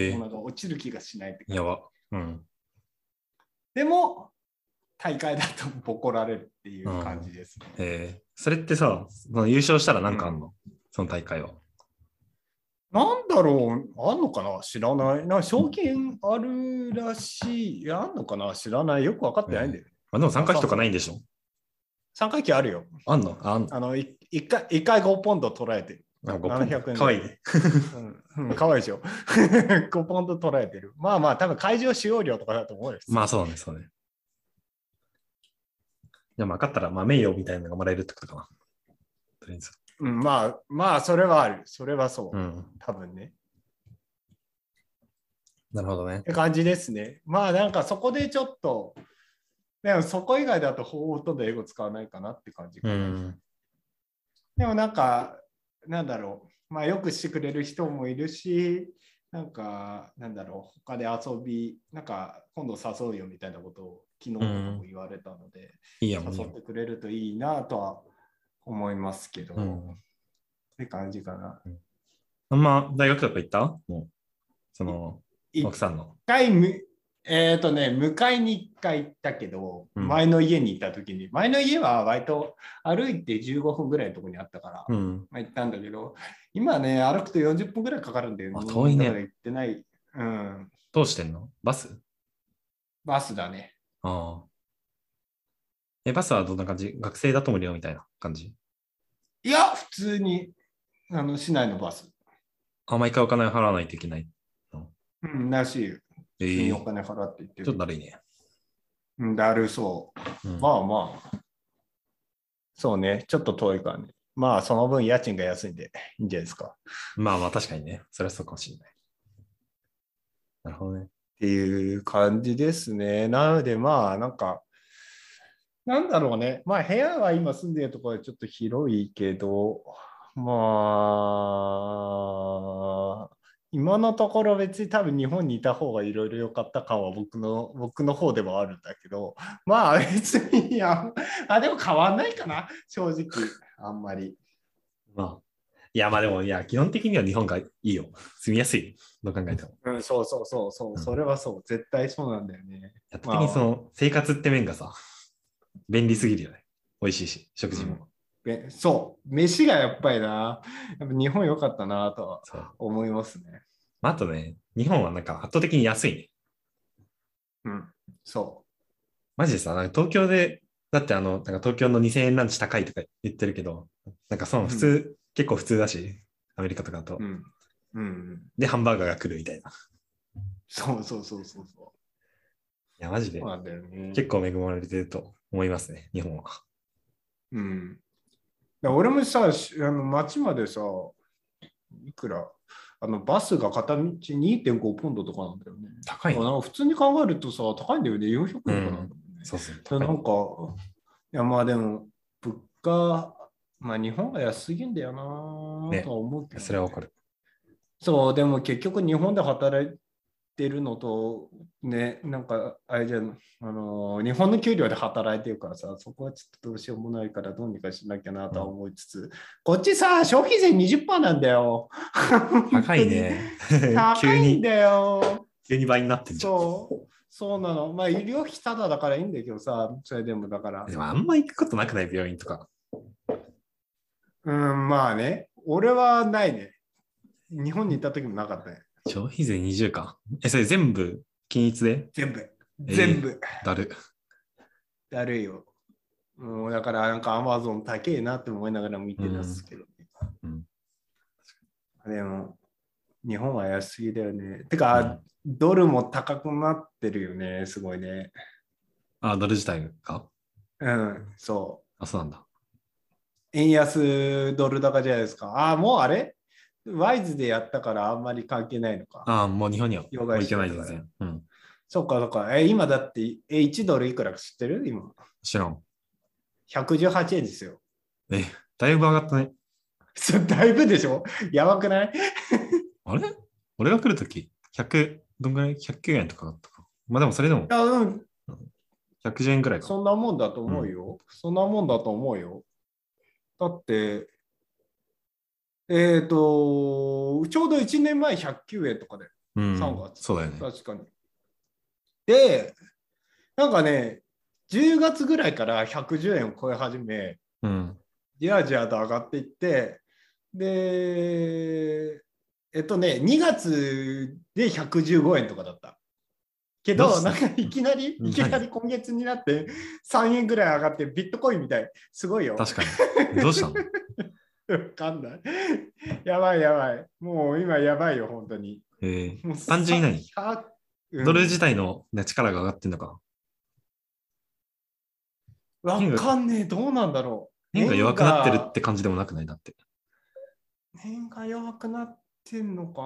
もうなんか落ちる気がしないって感じ。 やば。うん。 でも、大会だとボコられるっていう感じですね。 うん、えー、それってさ、優勝したら何かあんの、うん、その大会は。 なんだろう、あんのかな知らない。なんか賞金あるらしい。いや、あんのかな知らない。よく分かってないんだよね。 えー、まあ、でも参加費とかないんでしょ？ 参加費あるよ。 あんのあんあの、いっかい、いっかいごポンド取られてる。 ななひゃくえん。かわいいね。 うん、かわいいでしょ。ごポンド取られてる。まあまあ、多分会場使用料とかだと思うよ。 まあそうね、そうね。じゃあ、まあ、勝ったら、まあ、名誉みたいなのがもらえるってことかな。とりあえず。 うん、まあ、まあ、それはある。それはそう。うん、多分ね。 なるほどね。 って感じですね。まあ、なんかそこでちょっと、でもそこ以外だとほとんど英語使わないかなって感じかな。うん、でもなんか、なんだろう。まあ、よくしてくれる人もいるし、なんか、なんだろう。他で遊び、なんか、今度誘うよみたいなことを昨日とかも言われたので、うん、いいや誘ってくれるといいなとは思いますけど、うん、って感じかな。 うん、あんま大学とか行った？もうその奥さんの。 一回む、えっ、ー、とね、迎えに一回行ったけど、うん、前の家に行った時に、前の家は割と歩いてじゅうごふんぐらいのところにあったから、うん、まあ、行ったんだけど、今ね、歩くとよんじゅっぷんぐらいかかるんだよね。 あ、遠いね。 だから行ってない。うん。 どうしてんの？バス？ バスだね。 ああ。え、バスはどんな感じ？学生だと無料みたいな感じ？ いや、普通にあの市内のバス。 あ、毎回お金払わないといけない。 うん、らしいよ。普通にお金払っていってる。 ちょっとだるいね。 うん、だるそう。うん、まあまあ。そうね。ちょっと遠いからね。まあ、その分家賃が安いんでいいんじゃないですか。 まあまあ、確かにね。それはそうかもしれない。なるほどね。 っていう感じですね。なので、まあ、なんか、なんだろうね。まあ、部屋は今住んでるところはちょっと広いけど、まあ、今のところ別に多分日本にいた方がいろいろ良かった感は僕の僕の方でもあるんだけど、まあ別にあ、あでも変わんないかな、正直、あんまり。 まあ、いや、まあでも、いや、基本的には日本がいいよ。住みやすい。どう考えても。 うん、そうそうそうそう、うん、それはそう、絶対そうなんだよね。 やった的にその、まあ、生活って面がさ、便利すぎるよね。美味しいし、食事も。 うん、そう、飯がやっぱりな、やっぱ日本良かったなとは思いますね。 あとね、日本はなんか圧倒的に安いね。 うん、そう。 マジでさ、なんか東京で、だってあの、なんか東京のにせんえんランチ高いとか言ってるけど、なんかその普通、うん、結構普通だし、アメリカとかだと。 うんうん、 で、ハンバーガーが来るみたいな。 そうそうそうそうそう。 いや、マジで。 そうなんだよね。 結構恵まれてると思いますね、日本は。 うん。俺もさ、あの街までさ、いくらあのバスが片道 にてんご ポンドとかなんだよね。 高いな。普通に考えるとさ、高いんだよね。よんひゃくえんとかなんだもんね。 うん、そうそう。 なんか、いやまあでも、物価、まあ日本が安すぎんだよなとは思うけど、ねね。それはわかる。 そう、でも結局日本で働いてるのと、ね、なんか、あれじゃん、あの、日本の給料で働いてるからさ、そこはちょっとどうしようもないからどうにかしなきゃなとは思いつつ、うん、こっちさ、消費税 にじゅっパーセント なんだよ。 高いね。 高いんだよ。 急に倍になってんじゃん。 そう。そうなの。まあ、医療費ただだからいいんだけどさ、それでもだから。 でもあんま行くことなくない？病院とか。 うん、まあね。俺はないね。日本に行った時もなかったね。 消費税にじゅうか。え、それ全部均一で？ 全部。全部。 えー、だる。 だるいよ。もうだからなんかアマゾン高えなって思いながら見てますけどね。うんうん、でも、日本は安すぎだよね。てか、うん、ドルも高くなってるよね、すごいね。 あ、ドル自体か？ うん、そう。 あ、そうなんだ。 円安ドル高じゃないですか。ああ、もうあれワイズでやったからあんまり関係ないのか。 ああ、もう日本には両替置いてない、 してとかね。 全然。うん。 そっかそっか。え、今だって、え、いちドルいくらか知ってる今。 知らん。 ひゃくじゅうはちえんですよ。 え、だいぶ上がったね。 それだいぶでしょ。やばくない？ あれ俺が来るとき、ひゃく、どんぐらい ?ひゃくきゅう 円とかだったか。まあでもそれでも、 あ、うん。 ひゃくじゅうえんくらいか。 そんなもんだと思うよ。うん、そんなもんだと思うよ。だって、えっ、ー、と、ちょうどいちねんまえひゃくきゅうえんとかで、 うん、 さんがつ。 そうだよね。 確かに。で、なんかね、じゅうがつぐらいからひゃくじゅうえんを超え始め、 うん、 じわじわと上がっていって、で、えっとね、にがつでひゃくじゅうごえんとかだった。けど、なんかいきなり、いきなり今月になってさんえんぐらい上がってビットコインみたい。すごいよ。 確かに。どうしたの？ わかんない。やばいやばい。もう今やばいよ、本当に。 えー、単純に何、うん、ドル自体の、ね、力が上がってんのか。 わかんねえ、どうなんだろう。円が弱くなってるって感じでもなくない？だって。 円が弱くなってんのか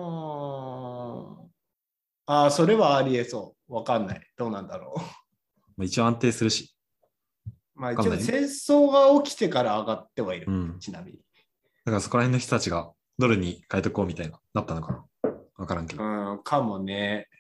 な。ああ、それはありえそう。わかんない。どうなんだろう。 まあ一応安定するし。 まあ一応戦争が起きてから上がってはいる。うん、ちなみに。 だからそこら辺の人たちがドルに変えとこうみたいな、なったのかな。わからんけど。 うん、かもね。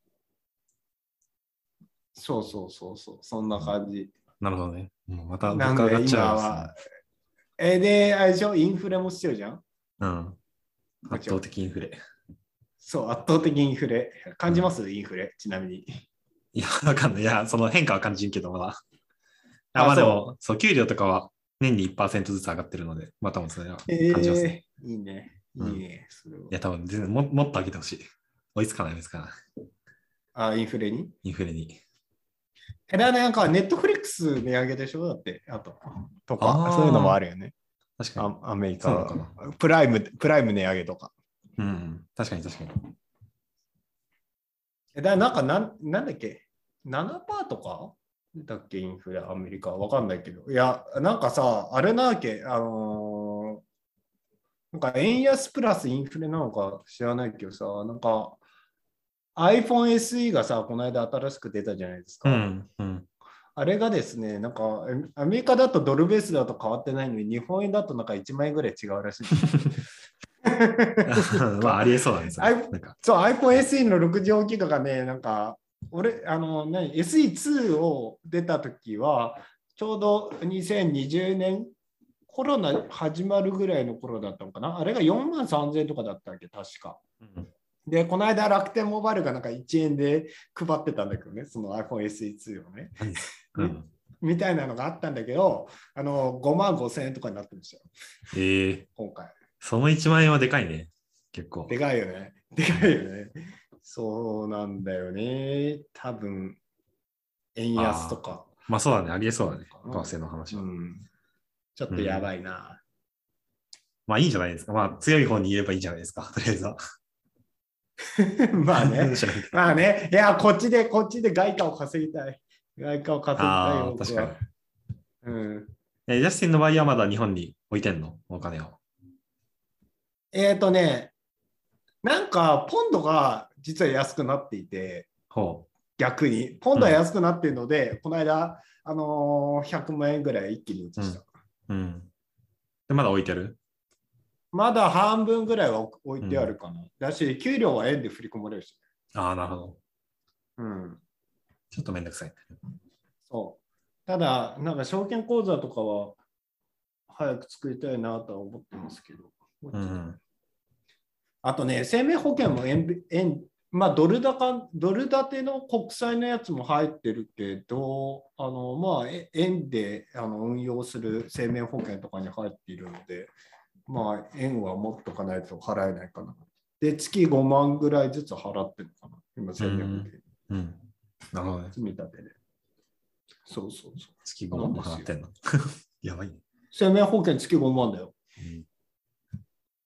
そうそうそうそう。そんな感じ。 なるほどね。もうまた物価上がっちゃうんですね。 はえで、あれでしょ、インフレもしてるじゃん。 うん。圧倒的インフレ。 そう、圧倒的インフレ。感じます、うん、インフレ、ちなみに。 いや、わかんない。いや、その変化は感じんけど、まだ。あ、まあでも、そう、給料とかは年に いちパーセント ずつ上がってるので、またもそれは感じますね。 えー、いいね。いいね。 うん、いや、多分全然も、もっと上げてほしい。追いつかないですから。 あ、インフレにインフレに。 え、だなんか、ネットフリックス値上げでしょだって、あと。とか、そういうのもあるよね。 確かに。 アメリカプライム、プライム値上げとか。 うん、確かに確かに。 え、だなんかなん、なんだっけ ?ななパーセント とかだっけインフレ、アメリカ。わかんないけど。いや、なんかさ、あれなわけ、あのー、なんか円安プラスインフレなのか知らないけどさ、なんか iPhone エスイー がさ、この間新しく出たじゃないですか。 うんうん、 あれがですね、なんかアメリカだとドルベースだと変わってないのに、日本円だとなんかいちまん円ぐらい違うらしい。 まあ、ありえそうなんですよ、ね。なんかそう、iPhone エスイー のろくじょうギガがね、なんか、俺、あの、何、エスイーツー を出たときは、ちょうどにせんにじゅうねん、コロナ始まるぐらいの頃だったのかな。あれがよんまんさんぜんえんとかだったっけ、確か。うん、で、この間、楽天モバイルがなんかいちえんで配ってたんだけどね、その iPhone エスイーツー をね。うん、みたいなのがあったんだけど、あの、ごまんごせんえんとかになってましたよ。 えー、 今回。 そのいちまん円はでかいね。結構。 でかいよね。でかいよね。そうなんだよね。多分、円安とか。 あまあそうだね。ありえそうだね。為替の話は、うん。 ちょっとやばいな、うん。 まあいいんじゃないですか。まあ強い方にいればいいんじゃないですか。とりあえずは。 まあね。まあね。いや、こっちで、こっちで外貨を稼ぎたい。外貨を稼ぎたいよ。 確かに。 うん。 え、ジャスティンの場合はまだ日本に置いてんの？お金を。 えっ、ー、とね、なんか、ポンドが実は安くなっていて、 ほう逆に。ポンドは安くなっているので、うん、この間、あのー、ひゃくまん円ぐらい一気に移した。 うん。うん、で、まだ置いてる？ まだ半分ぐらいは置いてあるかな。うん、だし、給料は円で振り込まれるし。 ああ、なるほど。 うん。 ちょっとめんどくさい。 そう。ただ、なんか証券口座とかは早く作りたいなとは思ってますけど。 うん、 あとね、生命保険も円、円まあ、ドル高、ドル建ての国債のやつも入ってるけど、あの、まあ、円であの運用する生命保険とかに入っているので、まあ、円は持っとかないと払えないかな。で、月ごまんぐらいずつ払ってるかな。今、生命保険。 うん。うん、なるほどね。 積み立てで。そうそうそう。 月ごまんも払ってんの。やばいね。 生命保険月ごまんだよ。うん、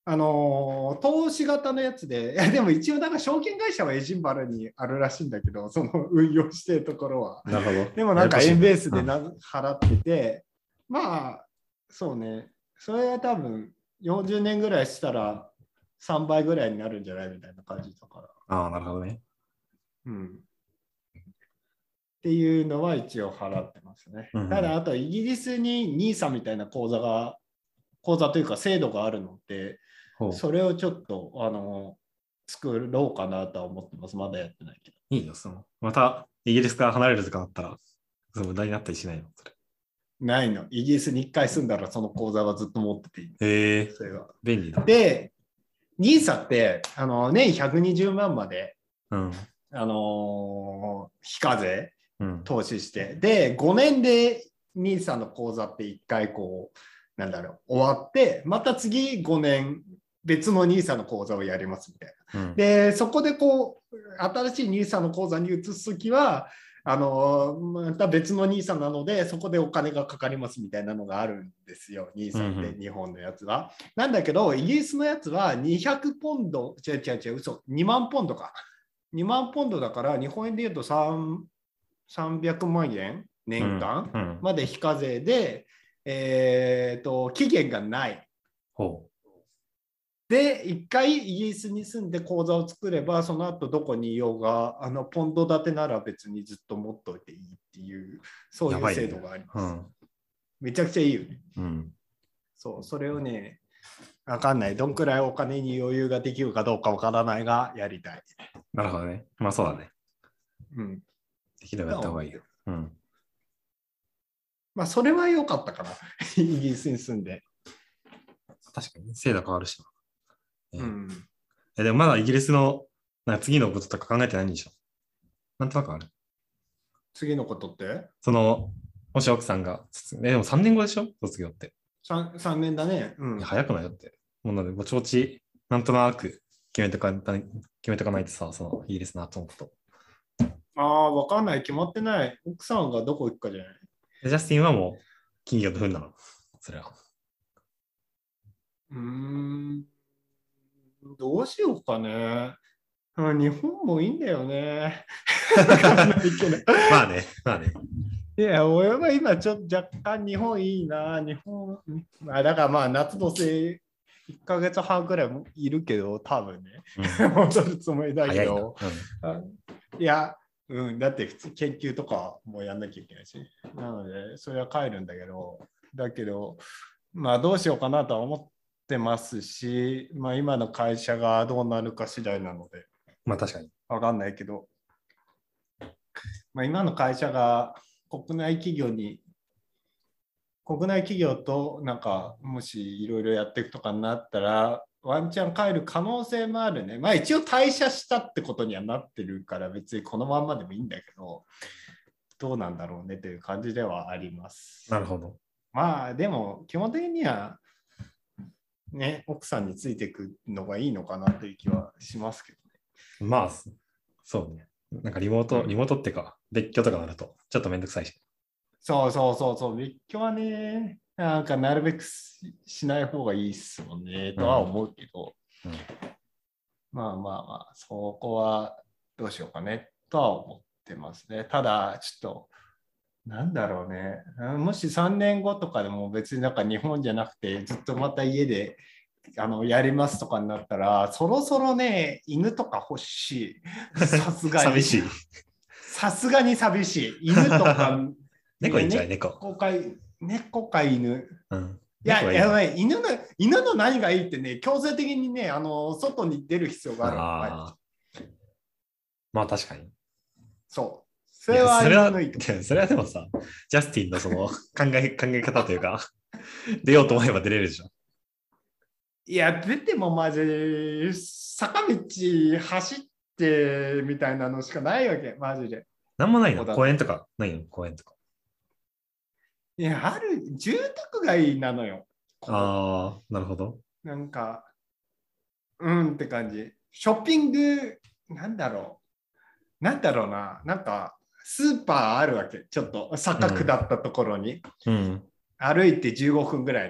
あのー、投資型のやつで、いやでも一応なんか証券会社はエジンバルにあるらしいんだけど、その運用してるところは。 なるほど。 でもなんか円ベースでな、うん、払ってて、まあ、そうね、それは多分よんじゅうねんぐらいしたらさんばいぐらいになるんじゃないみたいな感じだから。 ああ、なるほどね。 うん。っていうのは一応払ってますね。うんうん、ただ、あとイギリスに ニーサ みたいな口座が、口座というか制度があるので、それをちょっとあの作ろうかなとは思ってます。まだやってないけど。 いいよ、その。またイギリスから離れるとかなったら、その無駄になったりしないのそれないの。イギリスにいっかい住んだらその口座はずっと持ってていい。 へえ。 それは便利だ。 で、ニーサ ってあの年ひゃくにじゅうまんまで、 うん、 あの非課税投資して、うん、で、ごねんでニーサ の口座っていっかいこう、なんだろう、終わって、また次ごねん、別の ニーサ の口座をやりますみたいな。うん、で、そこでこう、新しい ニーサ の口座に移すときは、あの、また別の ニーサ なので、そこでお金がかかりますみたいなのがあるんですよ、ニーサ って日本のやつは。うん、なんだけど、イギリスのやつはにひゃくポンド、違う違う違う、嘘、にまんポンドか。にまんポンドだから、日本円で言うとさんびゃくまんえん年間まで非課税で、えー、と期限がない。 ほうで、一回イギリスに住んで口座を作れば、その後どこにいようが、あのポンド建てなら別にずっと持っといていいっていう、そういう制度があります。ねうん、めちゃくちゃいいよね。 うん、 そう、それをね、わかんない。どんくらいお金に余裕ができるかどうかわからないが、やりたい。 なるほどね。まあそうだね。 うん。 できればやった方がいいよ。うん。 まあそれは良かったかな。イギリスに住んで。 確かに制度変わるし。 うん、 えでもまだイギリスのなんか次のこととか考えてないんでしょ。なんとなくある。 次のことってその、もし奥さんが、えでもさんねんごでしょ卒業って。 3, さんねんだね。うん、 早くないよって。もうなんで、ぼちぼち、なんとなく決めとか、決めとかないとさ、そのイギリスの後のこと。 ああ、わかんない。決まってない。奥さんがどこ行くかじゃない。 ジャスティンはもう、金魚と踏んだの。それは。 うーん。どうしようかね。日本もいいんだよね。 まあね、まあね。 いや、俺は今ちょっと若干日本いいな。日本、まあ、だからまあ夏のせいいっかげつはんくらいもいるけど、多分ね、うん、戻るつもりだけど、い, うん、いや、うん、だって普通研究とかもやんなきゃいけないし、なので、それは帰るんだけど、だけど、まあどうしようかなとは思ってますし、まあ今の会社がどうなるか次第なので、 まあ確かに。 わかんないけど、まあ今の会社が国内企業に、国内企業となんかもしいろいろやっていくとかになったら、ワンチャン帰る可能性もあるね。まあ一応退社したってことにはなってるから別にこのまんまでもいいんだけど、どうなんだろうねという感じではあります。 なるほど。 まあでも基本的にはね、奥さんについていくのがいいのかなという気はしますけどね。まあ、そうね。なんかリモート、リモートってか、別居とかなるとちょっとめんどくさいし。 そうそうそうそう、別居はね、なんかなるべく し, しない方がいいっすもんね、とは思うけど、うんうん、まあまあまあ、そこはどうしようかね、とは思ってますね。ただ、ちょっと、なんだろうね、もしさんねんごとかでも別になんか日本じゃなくて、ずっとまた家であのやりますとかになったら、そろそろね、犬とか欲しい。さすがに。 寂しい。 さすがに寂しい。犬とか。 猫いいんじゃない猫。 猫か猫か犬。 うん、 いや、いやばい犬の、犬の何がいいってね、強制的にね、あの外に出る必要がある。 あまあ確かに。 そう。 それは、それは、それはでもさ、ジャスティンのその考え、考え方というか、出ようと思えば出れるじゃん。 いや、出てもマジ、坂道走ってみたいなのしかないわけ、マジで。 なんもないの公園とかないの公園とか。 いや、ある、住宅街なのよ。 ああ、なるほど。 なんか、うんって感じ。ショッピング、なんだろう。なんだろうな。なんか、スーパーあるわけ。ちょっと坂下ったところに。 うんうん、 歩いてじゅうごふんぐらいの。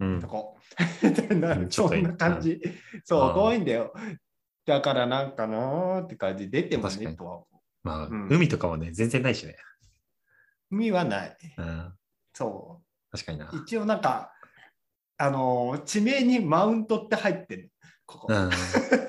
とこ。そんな感じ。そう、遠いんだよ。だからなんかなーって感じ。出てもねとは。 まあ、海とかもね、全然ないしね。 海はない。 うん、 そう。 確かにな。 一応なんか、あのー、地名にマウントって入ってる。ここ。うん、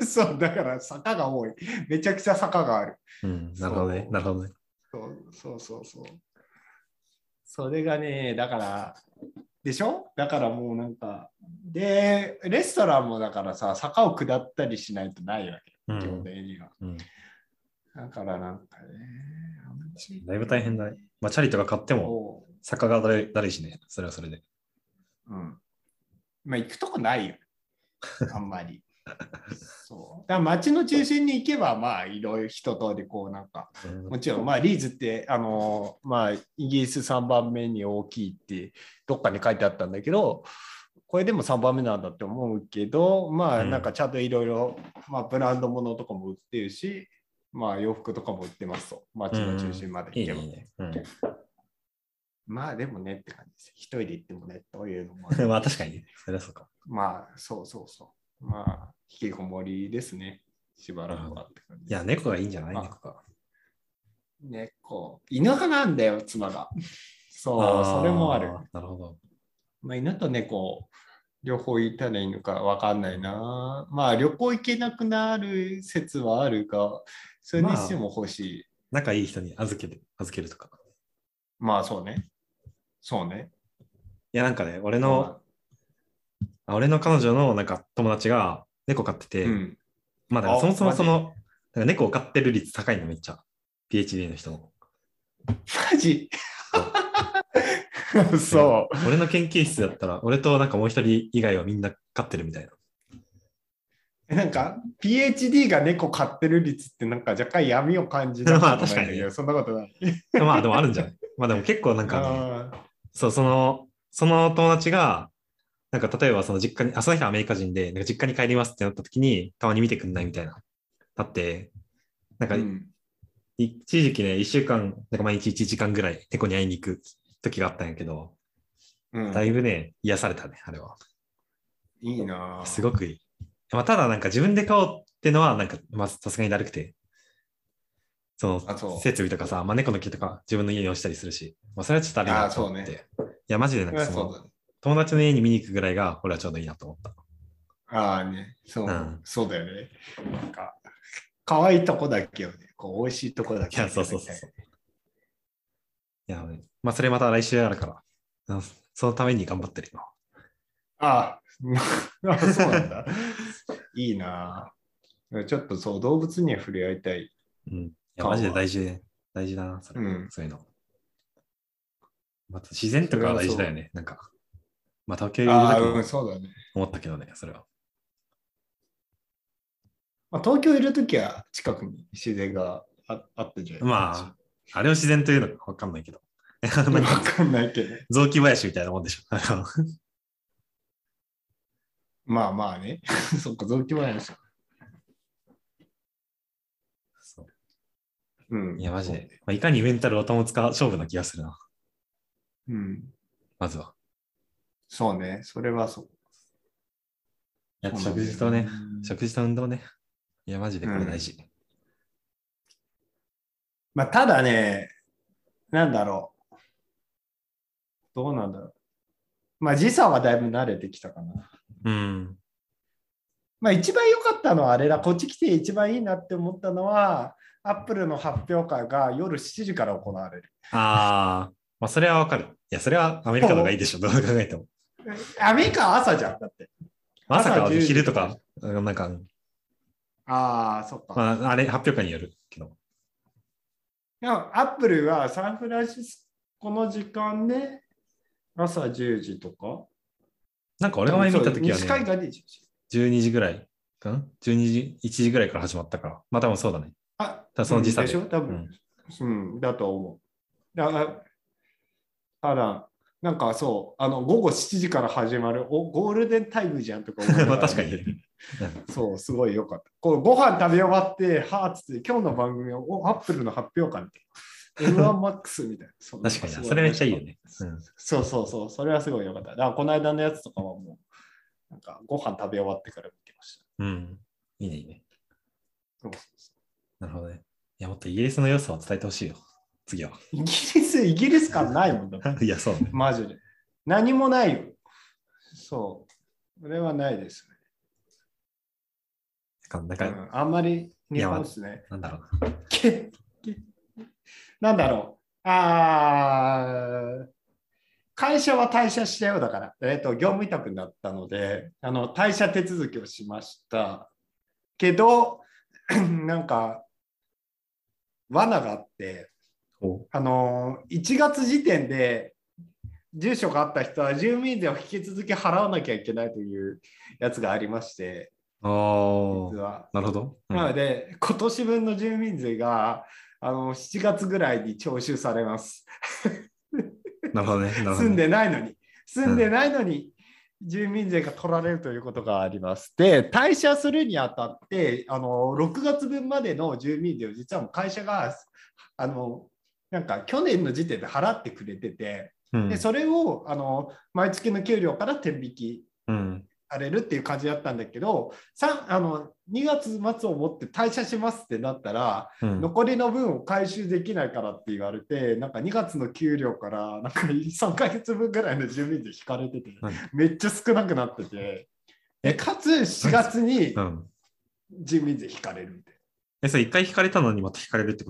そう、だから坂が多い。めちゃくちゃ坂がある。 うん、なるほどね。なるほどね。 そうそうそう。それがね、だから、でしょだからもうなんか、で、レストランもだからさ、坂を下ったりしないとないわけ。基本的には。うん、だからなんかね。 だいぶ大変だね。まあ、チャリとか買っても、坂がだるいしね。それはそれで。 うん。まあ、行くとこないよ。あんまり。そう。だから街の中心に行けば、まあ、いろいろ一通りこうなんか、うん、もちろん、まあ、リーズって、あの、まあ、イギリスさんばんめに大きいって、どっかに書いてあったんだけど、これでもさんばんめなんだって思うけど、まあ、なんかちゃんといろいろ、まあ、ブランド物とかも売ってるし、まあ、洋服とかも売ってますと。街の中心まで行けば。うんいいねうん、まあ、でもねって感じです。一人で行ってもね、というのも。 まあ、確かにね。それはそうか。 まあ、そうそうそう。まあ、引きこもりですね。しばらくはって感じ。 いや、猫がいいんじゃない猫が。 猫。犬派なんだよ、妻が。そう、それもある。 なるほど。 まあ、犬と猫、両方いたらいいのか分かんないな。まあ、旅行行けなくなる説はあるが、それにしても欲しい。 まあ、仲いい人に預ける、預けるとか。 まあ、そうね。そうね。 いや、なんかね、俺の、俺の彼女のなんか友達が猫飼ってて、うん、まあ、そもそもその、なんか猫を飼ってる率高いのめっちゃ。ピーエイチディー の人も。 マジそう。 俺の研究室だったら、俺となんかもう一人以外はみんな飼ってるみたいな。 なんか、ピーエイチディー が猫飼ってる率ってなんか若干闇を感じなまあ確かに、ね。 そんなことない。 まあでもあるんじゃないまあでも結構なんかね、そう、その、その友達が、なんか例えばその実家に、あ、その人はアメリカ人で、なんか実家に帰りますってなった時に、たまに見てくんないみたいな。だって、なんか、うん、一時期ね、一週間、なんか毎日いちじかんぐらい猫に会いに行く時があったんやけど、うん、だいぶね、癒されたね、あれは。 いいなぁ。 すごくいい。まあ、ただなんか自分で買おうってのは、なんか、まあ、さすがにだるくて、その、設備とかさ、まあ、猫の毛とか自分の家に押したりするし、まあ、それはちょっとありなと思って。ね、いや、マジでなんかその、そ友達の家に見に行くぐらいが、俺はちょうどいいなと思った。 ああね、そう、うん、そうだよね。なんか、可愛いとこだけをね、こう、美味しいとこだけ。 いや、そうそうそうそう。いや、まあ、それまた来週あるから、そのために頑張ってるよ。 ああ、そうなんだ。いいな。ちょっとそう、動物には触れ合いたい。 うん。いや、マジで大事で、大事だな、それ、うん、そういうの。また自然とかは大事だよね。なんか、まあ、東京いるだけも思ったけどね、それは。 まあ、東京いるときは近くに自然が あ, あったじゃないまあ、あれを自然というのか分かんないけど。 分かんないけど。 雑木林みたいなもんでしょ。 まあまあね。そっか、雑木林。 そう。うん。いや、マジで。まあ、いかにメンタルを保つか勝負な気がするな。 うん。 まずは。 そうね。それはそう。 いや、食事とね、食事と運動ね。いや、マジでこれ大事。うん、 まあ、ただね、なんだろう。どうなんだろう。まあ、時差はだいぶ慣れてきたかな。 うん。 まあ、一番良かったのはあれだ。こっち来て一番いいなって思ったのは、アップルの発表会が夜しちじから行われる。 ああ、まあ、それはわかる。いや、それはアメリカの方がいいでしょ。どう考えても。 アメリカは朝じゃん。だって。 朝か昼とか、なんか。 ああ、そっか。 まあ、あれ、発表会によるけど。 いや、アップルはサンフランシスコの時間で朝じゅうじとか。 なんか俺が前見たときはね、じゅうにじぐらいかな ?じゅうにじ、いちじぐらいから始まったから。まあ多分そうだね。 あ、 ただその時差で。 うん、でしょ多分、うん、うん、だと思う。だただ、なんかそう、あの午後しちじから始まるおゴールデンタイムじゃんとか思まあ確かに。 そう、すごいよかった。こうご飯食べ終わって、はーっつって、今日の番組はおアップルの発表会って。 エムワンマックス みたいな。そ確かに、それめっちゃいいよね。 うん、そうそうそう、それはすごい良かった。だからこの間のやつとかはもう、なんかご飯食べ終わってから見てました。 うん。いいね、いいね。 そうそうそう。 なるほどね。いや、もっとイギリスの良さを伝えてほしいよ。次は。 イギリス、イギリス感ないもんだ。 いや、そうね。 マジで。何もないよ。そう。それはないですね。 なんか、うん、 あんまり日本ですね。 なんだろうな。なんだろう。あ会社は退社したようだから、えーと、業務委託になったので、あの退社手続きをしましたけど、なんか、罠があって、あのいちがつ時点で住所があった人は住民税を引き続き払わなきゃいけないというやつがありまして、 あ実はなるほど、 うん、なので今年分の住民税があのしちがつぐらいに徴収されます。 なるほどね。 住んでないのに住んでないのに、うん、住民税が取られるということがあります。で、退社するにあたってあのろくがつぶんまでの住民税を実は会社があのなんか去年の時点で払ってくれてて、うん、でそれをあの毎月の給料から天引きされるっていう感じだったんだけど、さあのにがつ末をもって退社しますってなったら、うん、残りの分を回収できないからって言われて、なんかにがつの給料からなんかさんかげつぶんぐらいの住民税引かれてて、うん、めっちゃ少なくなってて、でかつしがつに住民税引かれるみたいな。 え、それいっかい引かれたのにまた引かれるってこと？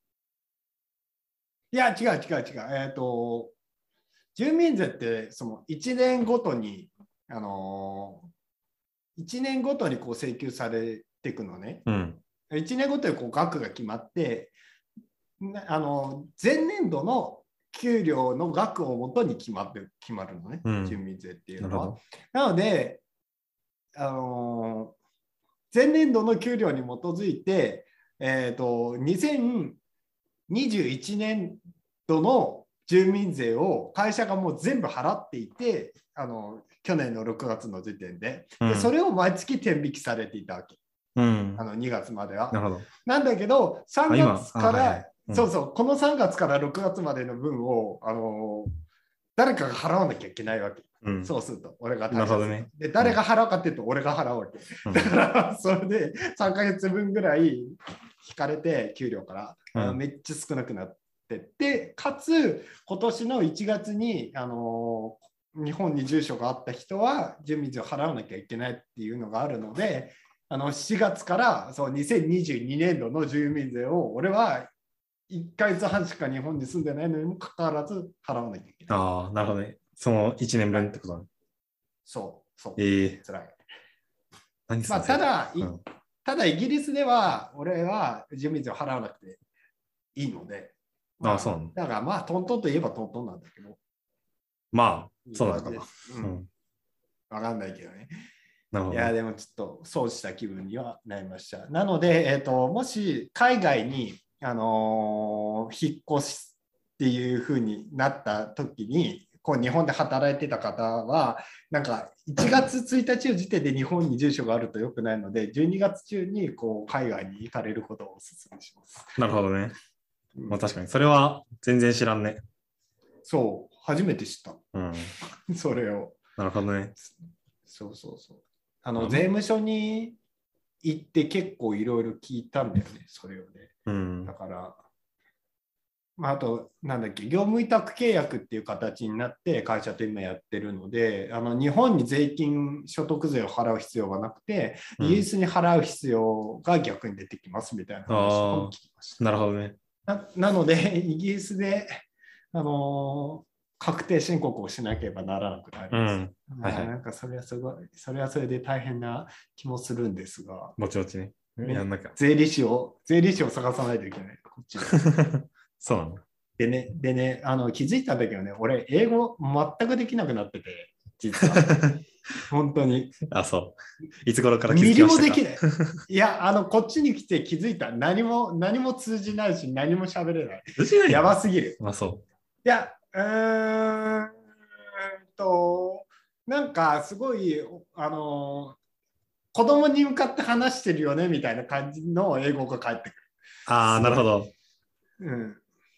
いや、違う違う違う。えっと、住民税ってそのいちねんごとに、あのー、いちねんごとにこう請求されていくのね。うん、いちねんごとにこう額が決まって、あの前年度の給料の額をもとに決まって決まるのね、うん、住民税っていうのは。なので、あのー、前年度の給料に基づいて、えーと、にせんにじゅういちねん度の住民税を会社がもう全部払っていて、あの去年のろくがつの時点で、うん、でそれを毎月天引きされていたわけ、うん、あのにがつまでは。 なるほど。 なんだけどさんがつから、はいはいうん、そうそうこのさんがつからろくがつまでの分をあの誰かが払わなきゃいけないわけ、うん、そうすると俺が退社すると、ね、で誰が払うかっていうと俺が払うわけ、うん、だからそれでさんかげつぶんぐらい引かれて給料から、うん、めっちゃ少なくなってってかつ今年のいちがつにあの日本に住所があった人は住民税を払わなきゃいけないっていうのがあるので、あのしちがつからそうにせんにじゅうにねん度の住民税を俺はいっかげつはんしか日本に住んでないのにもかかわらず払わなきゃいけない。 ああ、なるほどね。そのいちねんぶんってことだね。 そうそう。 えー、 辛い。 何まあ、ただ、うん、ただイギリスでは俺は住民税を払わなくていいので、まあ、 あそうなの。 だからまあトントンといえばトントンなんだけど。 まあ、そうなのかな。 うん。わかんないけどね。 なるほど。 いや、でもちょっとそうした気分にはなりました。なので、えーと、もし海外に、あのー、引っ越しっていう風になった時に、こう日本で働いてた方は、なんかいちがつついたちの時点で日本に住所があると良くないので、じゅうにがつ中にこう海外に行かれることをお勧めします。 なるほどね。まあ確かに、それは全然知らんね。 そう、初めて知った。 うん、 それを。 なるほどね。 そうそうそう。あの、税務署に行って結構いろいろ聞いたんだよね、それをね。 うん、 だから、まあ、あと、なんだっけ、業務委託契約っていう形になって会社と今やってるので、あの日本に税金、所得税を払う必要がなくて、うん、イギリスに払う必要が逆に出てきますみたいな話を聞きました。 なるほどね。 な, なので、イギリスで、あのー確定申告をしなければならなくなります。うんはいはい、なんかそれはすごい、それはそれで大変な気もするんですが、 もちもちね。 ねやんなきゃ税理士を、税理士を探さないといけない。こっちそうなの。 でね、でね、あの気づいたんだけどね、俺、英語全くできなくなってて、実は。本当に。 あ、そう。いつ頃から気づきましたか？ ミリもできない。いや、あの、こっちに来て気づいた。何も、何も通じないし、何も喋れない。 通じないやばすぎる。 あ、そう。 いや、うーんと、なんかすごい、あの、子供に向かって話してるよねみたいな感じの英語が返ってくる。 ああ、なるほど。 うん。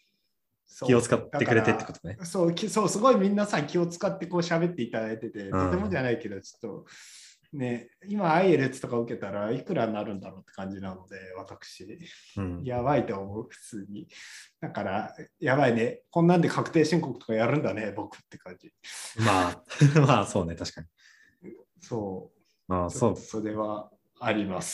気を使ってくれてってことね。 そう、そう、すごいみんなさ、気を使ってこう喋っていただいてて、とてもじゃないけど、ちょっと、ね、今、アイエルツとか受けたらいくらになるんだろうって感じなので、私、うん、やばいと思う、普通に。だから、やばいね。こんなんで確定申告とかやるんだね、僕って感じ。 まあ、まあ、そうね、確かに。 そう。 まあ、そう。 それはあります。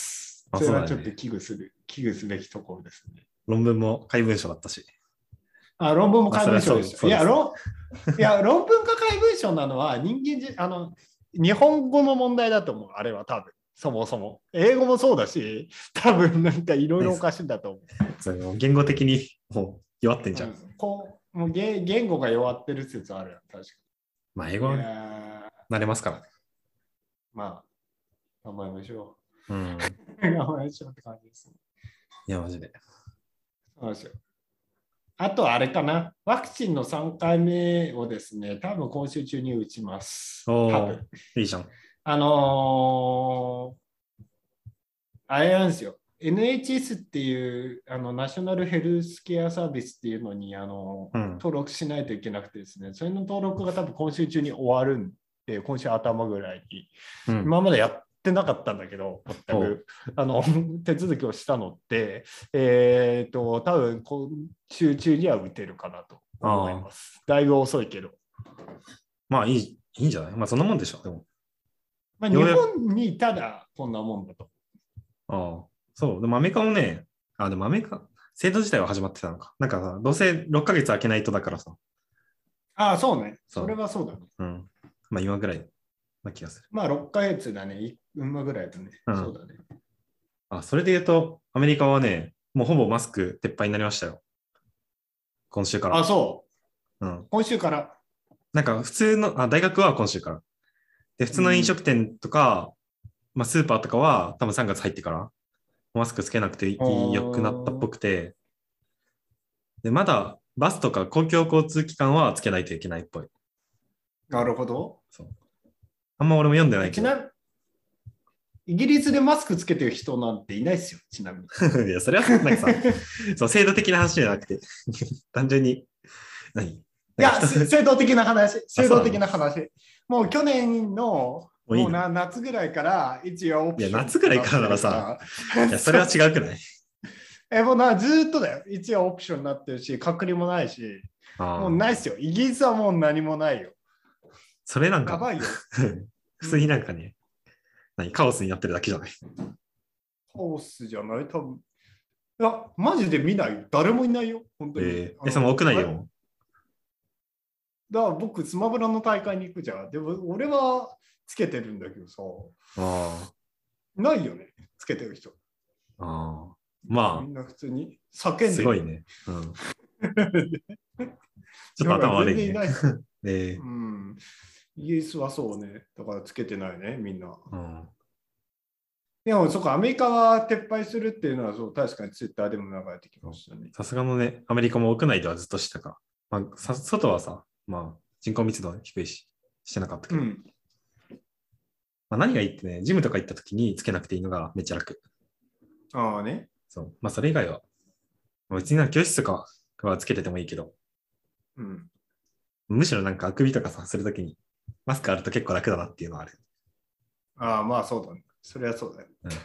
それはちょっと危惧する、危惧すべきところですね。 論文も怪文書だったし。 あ、論文も怪文書でした。いや、論いや論文か怪文書なのは人間じあの日本語の問題だと思う、あれは多分。そもそも。英語もそうだし、多分なんかいろいろおかしいんだと思う。 それ言語的にもう弱ってんじゃん。うん、 こうもう言言語が弱ってる説あるやん、確かに。 まあ、英語は慣れますからね。 まあ、頑張りましょう。うん。 頑張りましょうって感じです。 いや、マジで。 そうですよ。あとあれかな、ワクチンのさんかいめをですね、多分今週中に打ちます。 おー、いいじゃん。 あのー、あれなんですよ。エヌエイチエス っていうあのナショナルヘルスケアサービスっていうのにあの、うん、登録しないといけなくてですね、それの登録が多分今週中に終わるんで、今週頭ぐらいに。うん、今までやってなかったんだけど、全くあの手続きをしたのって、えー、と多分今週中には打てるかなと思います。だいぶ遅いけど。 まあいい、いいんじゃない？まあそんなもんでしょ、でも。 まあ、日本にいたらこんなもんだと。 ああ、そう。でもアメリカもね、あ、でもアメリカ、制度自体は始まってたのか。なんかさ、どうせろっかげつ空けないとだからさ。 ああ、そうね。それはそうだね。 うん。まあ今ぐらいな気がする。 まあろっかげつだね。今ぐらいだね。うん、そうだね。 あ、それで言うと、アメリカはね、もうほぼマスク撤廃になりましたよ。今週から。 あ、そう。うん。 今週から。 なんか普通の、あ、大学は今週から。で、普通の飲食店とか、うん、まあスーパーとかは多分さんがつ入ってからマスクつけなくてよくなったっぽくて、で、まだバスとか公共交通機関はつけないといけないっぽい。 なるほど。 そう。あんま俺も読んでないけど。 イギリスでマスクつけてる人なんていないですよ、ちなみに。 いや、それはなんかさ、そう制度的な話じゃなくて、単純に、何いや、制度的な話、制度的な話。もう去年のもういいのもう夏ぐらいから一応オプション。 いや、夏ぐらいからならさ、いや、それは違うくないえ、もうな、ずっとだよ。一応オプションになってるし、隔離もないし、もうないっすよ。イギリスはもう何もないよ。 それなんか、 やばいよ。 普通になんかね、何カオスになってるだけじゃない。 カオスじゃない多分。いや、マジで見ないよ。誰もいないよ。本当に。 えー、えその屋内よ。 だから僕、スマブラの大会に行くじゃん。でも俺はつけてるんだけどさ。 あないよね。つけてる人。 ああ。まあ。 みんな普通に叫んでる。 すごいね。うん、ちょっと頭悪いね。いないえー、 うん。イギリスはそうね。だからつけてないね、みんな。 うん、 でも、そこ、アメリカは撤廃するっていうのは、そう、確かにツイッターでも流れてきましたね。 さすがのね、アメリカも屋内ではずっとしてたから。まあ、さ外はさ、まあ、人口密度は低いし、してなかったけど。うんまあ、何がいいってね、ジムとか行った時につけなくていいのがめっちゃ楽。 ああね。 そう。まあ、それ以外は、別になんか教室とかはつけててもいいけど、 うん、 むしろなんかあくびとかさ、するときに、マスクあると結構楽だなっていうのはある。 ああ、まあそうだね。それはそうだよ。 うん、ま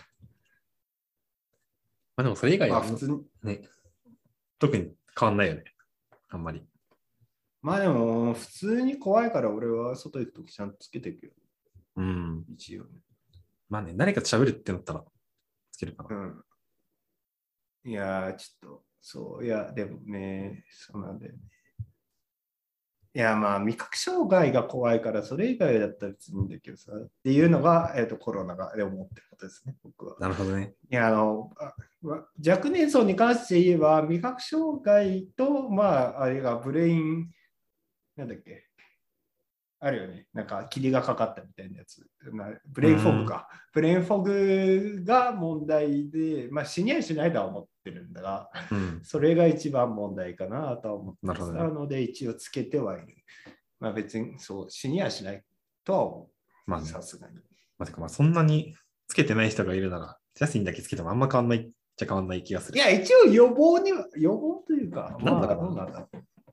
あでもそれ以外は、 まあ、普通にね、特に変わんないよね。あんまり。 まあでも、普通に怖いから俺は外行くときちゃんとつけていくよ。 うん。 一応ね。 まあね、誰かと喋るってなったらつけるかな。 うん。いやー、ちょっと、そう、いや、でもね、そうなんだよね。いや、まあ、味覚障害が怖いから、それ以外だったら別にいいんだけどさ、っていうのが、えーと、コロナがで思ってることですね、僕は。 なるほどね。 いや、あの、あ若年層に関して言えば、味覚障害と、まあ、あれがブレイン、なんだっけ、あるよね。なんか霧がかかったみたいなやつ。ブレインフォグか。ブレインフォグが問題で、まあ死にはしないとは思ってるんだが、 うん、 それが一番問題かなとは思ってます。 なので一応つけてはいる。まあ別にそう死にはしないとは思う。まあさすがに。 まあ、てかまあそんなにつけてない人がいるなら、ジャスティンだけつけてもあんま変わんないっちゃ変わんない気がする。 いや、一応予防には、予防というか、 なんだかな。 まあ、どうなんだ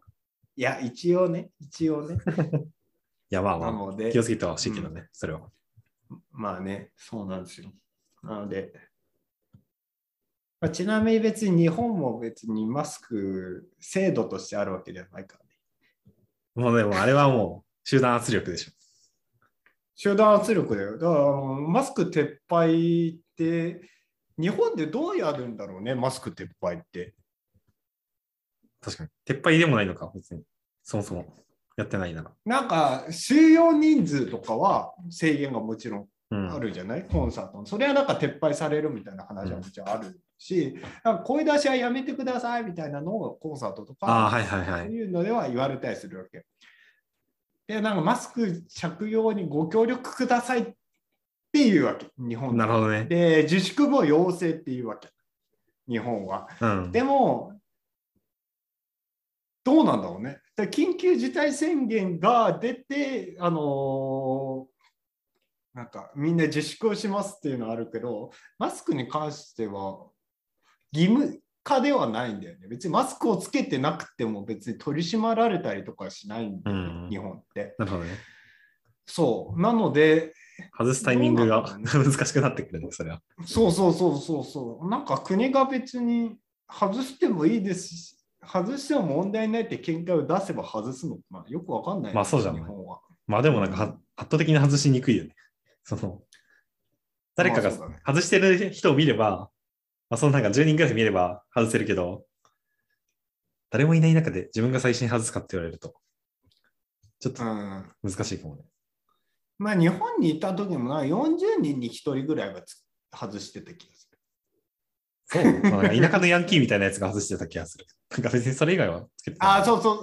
いや、一応ね、一応ね。 いや、まあまあ、 なので気をつけてほしいけどね、うん、それは。 まあね、そうなんですよ。なので、まあ、ちなみに別に日本も別にマスク制度としてあるわけじゃないからね。 もうでもあれはもう集団圧力でしょ。 集団圧力だよ。だからマスク撤廃って日本でどうやるんだろうね、マスク撤廃って。 確かに。撤廃でもないのか、別に。そもそもやってないなら。 なんか収容人数とかは制限がもちろんあるじゃない、うん、コンサート。それはなんか撤廃されるみたいな話はもちろんあるし、うん、なんか声出しはやめてくださいみたいなのをコンサートとか、 あ、はいはいはい、 そういうのでは言われたりするわけ。で、なんかマスク着用にご協力くださいっていうわけ、日本で。 なるほどね。 で、自粛も要請っていうわけ、日本は。 うん、でも、どうなんだろうね。緊急事態宣言が出て、あのー、なんかみんな自粛をしますっていうのはあるけど、マスクに関しては義務化ではないんだよね。別にマスクをつけてなくても別に取り締まられたりとかしないんだよね、うん、日本って。 なるほどね。 そう。なので、 外すタイミングが、ね、難しくなってくるんです、それは。 そうそうそうそうそう。なんか国が別に外してもいいですし、外しても問題ないって見解を出せば外すのかな、よくわかんない、ね。 まあそうじゃない。 日本は。 まあでもなんか、うん、圧倒的に外しにくいよね。その誰かが外してる人を見れば、まあ、そのなんかじゅうにんぐらい見れば外せるけど、誰もいない中で自分が最初に外すかって言われると、ちょっと難しいかもね。 うん、まあ日本にいた時もなよんじゅうにんにひとりぐらいは外してた気がする。 そう、まあ、なんか田舎のヤンキーみたいなやつが外してた気がする。なんか別にそれ以外はつけてた。 ああ、そうそう。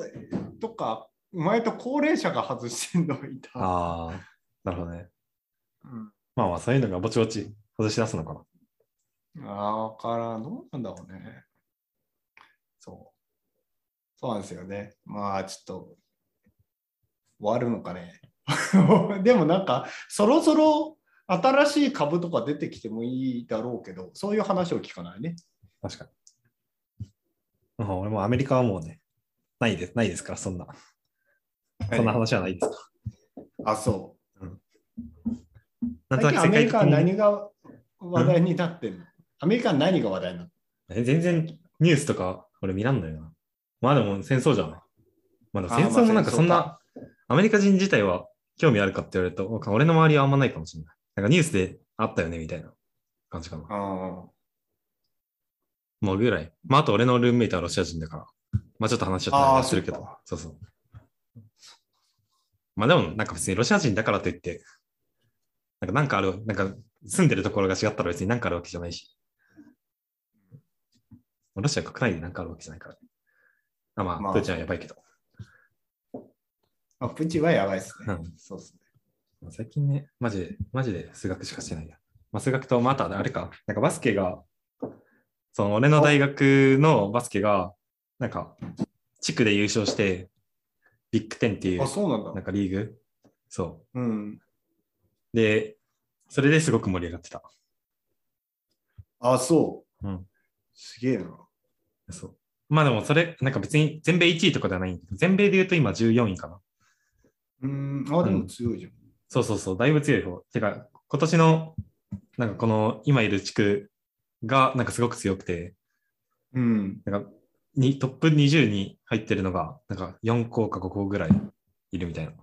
とか、前と高齢者が外してんのいた。 ああ、なるほどね。 うん、 まあまあ、そういうのがぼちぼち外し出すのかな。ああ、わからん。どうなんだろうね。そう。そうなんですよね。まあ、ちょっと、終わるのかね。でもなんか、そろそろ新しい株とか出てきてもいいだろうけど、そういう話を聞かないね。 確かに。俺もアメリカはもうね、ないです、ないですから、そんな。そんな話はないですか。 あ、そう。うん、 なんとなくアメリカは何が話題になってんの、うん、アメリカは何が話題になってんの？全然ニュースとか俺見らんのよな。まあでも戦争じゃない。まあでも戦争もなんかそんな、アメリカ人自体は興味あるかって言われると、俺の周りはあんまないかもしれない。なんかニュースであったよねみたいな感じかな。 あもうぐらい。まああと俺のルームメイトはロシア人だから、まあちょっと話しちゃったりするけど、そうそう。まあでもなんか別にロシア人だからといって、なんかなんかある、なんか住んでるところが違ったら別になんかあるわけじゃないし。ロシア国内でなんかあるわけじゃないから。あまあ、まあ、プーチンはやばいけど。 あ、プーチンはやばいですね。 うん、 そうですね。最近ね、マジで、マジで数学しかしてないや。まあ、数学と、またあれか、なんかバスケが、その俺の大学のバスケが、なんか、地区で優勝して、ビッグテンっていう、 あ、そうなんだ。 なんかリーグ。そう。 うん。 で、それですごく盛り上がってた。 あ、そう。 うん。 すげえな。 そう。まあでもそれ、なんか別に全米いちいとかではないんだけど、全米で言うと今じゅうよんいかな。 うん、あ、でも強いじゃん。うん、 そうそうそう、だいぶ強い方。てか、今年の、なんかこの今いる地区がなんかすごく強くて、 うん。 なんかにトップにじゅうに入ってるのが、なんかよん校かご校ぐらいいるみたいな。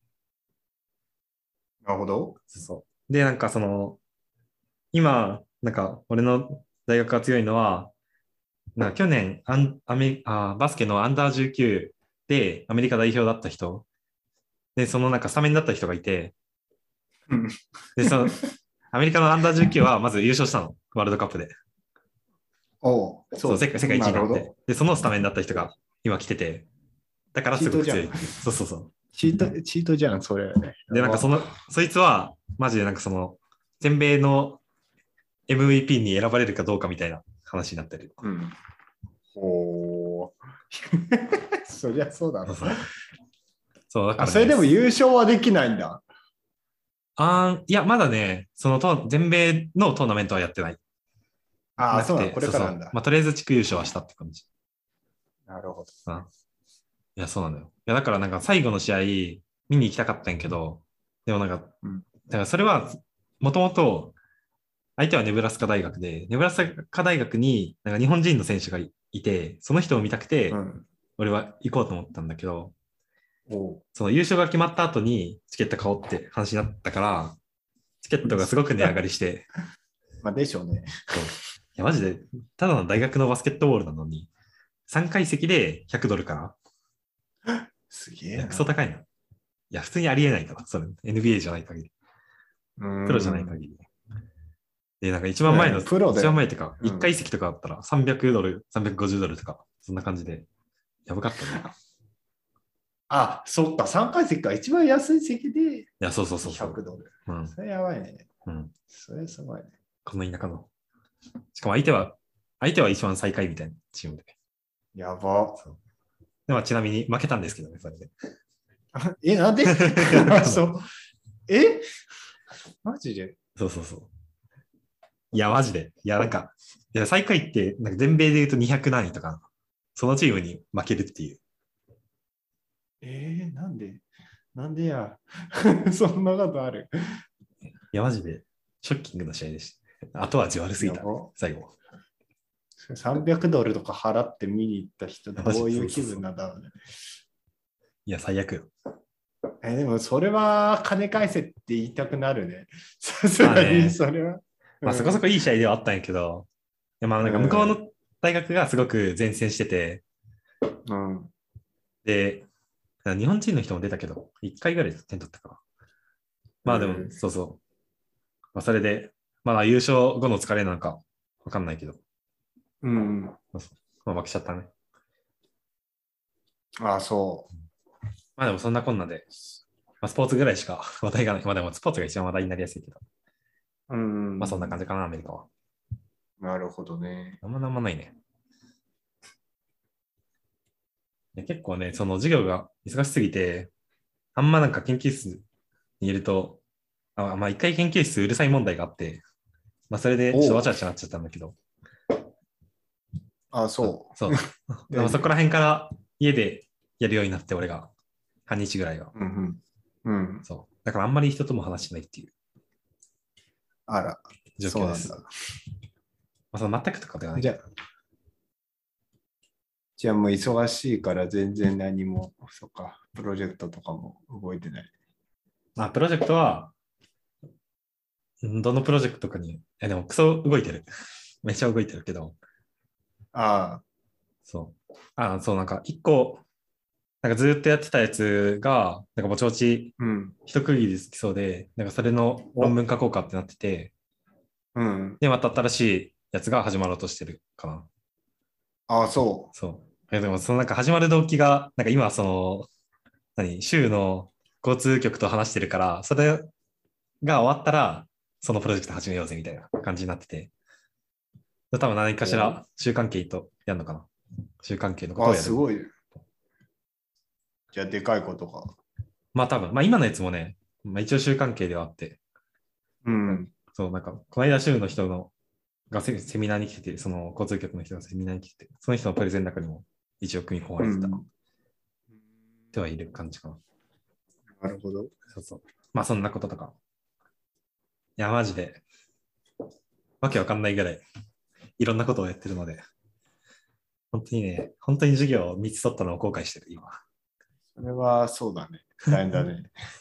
なるほど。 そうそう。で、なんかその、今、なんか俺の大学が強いのは、なんか去年アンアメあ、バスケのアンダーじゅうきゅうでアメリカ代表だった人、で、そのなんかスタメンだった人がいて、で、その、アメリカのアンダーじゅうきゅうはまず優勝したの、ワールドカップで。 おうそう、世界、世界一になって。で、そのスタメンだった人が今来てて、だからすごく強い。そうそうそう。 チート、チートじゃん、それ。 で、なんかその、そいつは、マジでなんかその、全米の エムブイピー に選ばれるかどうかみたいな話になってる。 うん。おー。そりゃそうだろ。 そうだから、ね、 それでも優勝はできないんだ。 あいや、まだね、そのと全米のトーナメントはやってない。 ああ、そうだ、これからなんだ。 そうそう、まあ、とりあえず地区優勝はしたって感じ。 なるほど。 あいや、そうなんだよ。いや、だからなんか最後の試合見に行きたかったんやけど、でもなんか、 うん、 だからそれはもともと相手はネブラスカ大学で、ネブラスカ大学になんか日本人の選手がいて、その人を見たくて、 うん、 俺は行こうと思ったんだけど、 おその優勝が決まった後にチケット買おうって話になったから、チケットがすごく値上がりして。 まあでしょうね。 そう。いや、マジで、ただの大学のバスケットボールなのに、さんかい席でひゃくドルから。 すげえな。 クソ高いな。いや、普通にありえないから、それ エヌビーエー じゃない限り。プロじゃない限り。で、なんか一番前の、 プロで一番前ってか、 うんいっかい席とかあったらさんびゃくドル、さんびゃくごじゅうドルとか、そんな感じで、やばかったね。 あ、そっか、さんかい席か。一番安い席でいや、そうそうそうひゃそう。 くドル。 うん。 それやばいね。 うん。 それすごいね。 この田舎の。しかも相手は、相手は一番最下位みたいなチームで。 やば。 でもちなみに負けたんですけどね、それで。 え、なんでそうえマジでそうそうそう。いや、マジで。いや、なんか、いや最下位って、なんか全米で言うとにひゃく何位とか、そのチームに負けるっていう。 えー、なんでなんでやそんなことあるいや、マジで、ショッキングな試合でした。後味悪すぎた、ね、最後。 さんびゃくドルとか払って見に行った人、どういう気分なんだろうね。 いや、最悪よ。 えでも、それは金返せって言いたくなるね。さすがに、それは。まあ、ね、 まあ、そこそこいい試合ではあったんやけど、いやまあ、なんか向こうの大学がすごく善戦してて、 うん、 で、日本人の人も出たけど、いっかいぐらい点取ったから。まあでも、そうそう。まあ、それで、まあ優勝後の疲れなんかわかんないけど。 うん。 まあ、負けちゃったね。 ああ、そう。 まあでもそんなこんなで、まあ、スポーツぐらいしか話題がない。まあでもスポーツが一番話題になりやすいけど。 うん。 まあそんな感じかな、アメリカは。 なるほどね。 あんまなんもないね。いや結構ね、その授業が忙しすぎて、あんまなんか研究室にいると、あまあ一回研究室うるさい問題があって、まあそれでちょっとわちゃわちゃなっちゃったんだけど。 あ、そう。 そう。でもそこら辺から家でやるようになって、俺が。半日ぐらいは。 うんうん。うん。 そう。だからあんまり人とも話してないっていう。 あら。 状況です。まあ、その全くとかではない。 じゃあ、じゃあもう忙しいから全然何も、そっか、プロジェクトとかも動いてない。 あ、プロジェクトは、どのプロジェクトかに、いやでもクソ動いてる。めっちゃ動いてるけど。 ああ。 そう。あそう、なんか一個、なんかずっとやってたやつが、なんかぼちぼち、一区切りでつきそうで、うん、なんかそれの論文書こうかってなってて、 うん。 で、また新しいやつが始まろうとしてるかな。 ああ、そう。 そう。でも、そのなんか始まる動機が、なんか今、その、何、州の交通局と話してるから、それが終わったら、そのプロジェクト始めようぜみたいな感じになってて、多分何かしら習慣系とやるのかな。習慣系のことをやる。 あ、すごい。じゃあ、でかいことか。 まあ多分、まあ今のやつもね、まあ、一応習慣系ではあって、 うん。 そう、なんか、この間州の人のがセミナーに来てて、その交通局の人がセミナーに来てて、その人のプレゼンの中にも一応組み込まれてた。うん、ではいる感じかな。 なるほど。 そうそう。まあそんなこととか。いや、マジで、わけわかんないぐらい、いろんなことをやってるので、本当にね、本当に授業をみっつ取ったのを後悔してる、今。 それはそうだね。大変だね。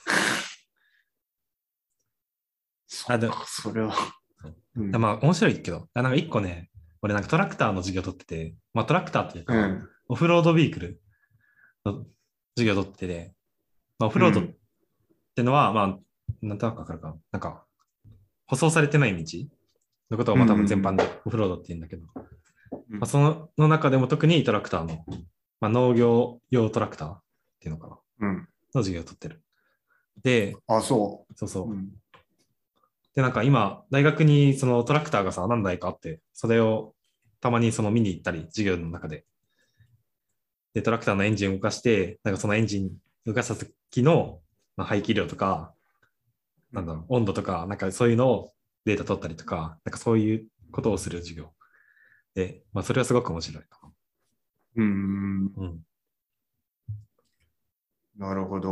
あ、でも、それは。 うん、まあ面白いけど、なんか一個ね、俺なんかトラクターの授業取ってて、まあトラクターっていうか、うん、オフロードビークルの授業取ってて、まあ、オフロードってのは、うん、まあ、なんとなくわかるかな。なんか、舗装されてない道のことをまあ多分全般でオフロードって言うんだけど、うん、まあ、そのの中でも特にトラクターの、まあ、農業用トラクターっていうのかな、うん、の授業を取ってる。で、 あ、そう。 そうそう。うん、で、なんか今、大学にそのトラクターがさ、何台かあって、それをたまにその見に行ったり、授業の中で。で、トラクターのエンジンを動かして、なんかそのエンジン動かした時の、まあ、排気量とか、なんだろう、温度とか、なんかそういうのをデータ取ったりとか、なんかそういうことをする授業。で、まあそれはすごく面白いかな。 うん。うん。 なるほど。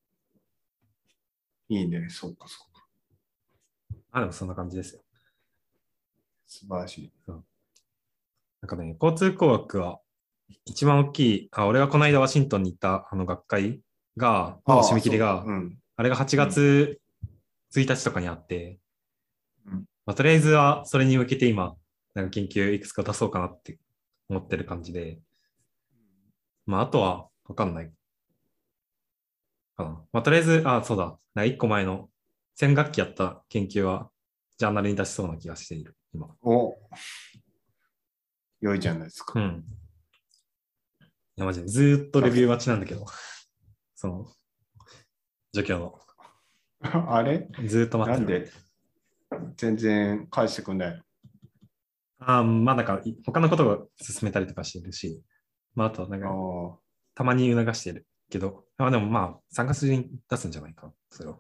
いいね。そうか、そうか。 あ、でもそんな感じですよ。 素晴らしい。 うん、なんかね、交通工学は一番大きい、あ、俺がこの間ワシントンに行ったあの学会が、の締め切りが、あ,、うん、あれがはちがつついたちとかにあって、うんまあ、とりあえずはそれに向けて今、なんか研究いくつか出そうかなって思ってる感じで、まあ、あとはわかんないかな。まあ、とりあえず、あ、そうだ、いっこまえの先学期やった研究は、ジャーナルに出しそうな気がしている、今。 お、良いじゃないですか。 うん。いや、マジでずーっとレビュー待ちなんだけど、その、助教の。 あれずーっと待ってる。 なんで全然返してくんない。 あまあなんか他のことを進めたりとかしてるし、まああとはなんかたまに促してるけど、あでもまあ参加するに出すんじゃないか、それを。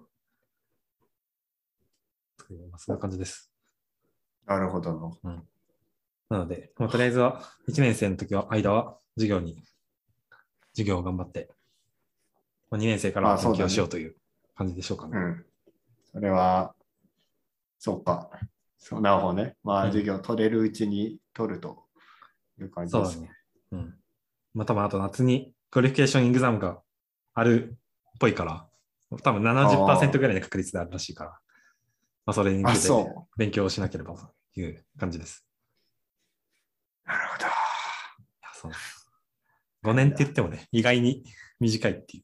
そんな感じです。 なるほどの。 うん。なので、まあ、とりあえずはいちねん生の時は、間は授業に、授業を頑張って、まあ、にねん生から勉強しようという感じでしょうかね。 うん。それは、そうか。そうなるほどね。まあ、授業取れるうちに取るという感じですね。 そうだね。うん。まあ多分あと夏にクオリフィケーションエグザムがあるっぽいから、多分 ななじゅっパーセント ぐらいの確率であるらしいから、まあそれに向けて勉強しなければという感じです。 なるほど。いやそうごねんって言ってもね、意外に短いっていう。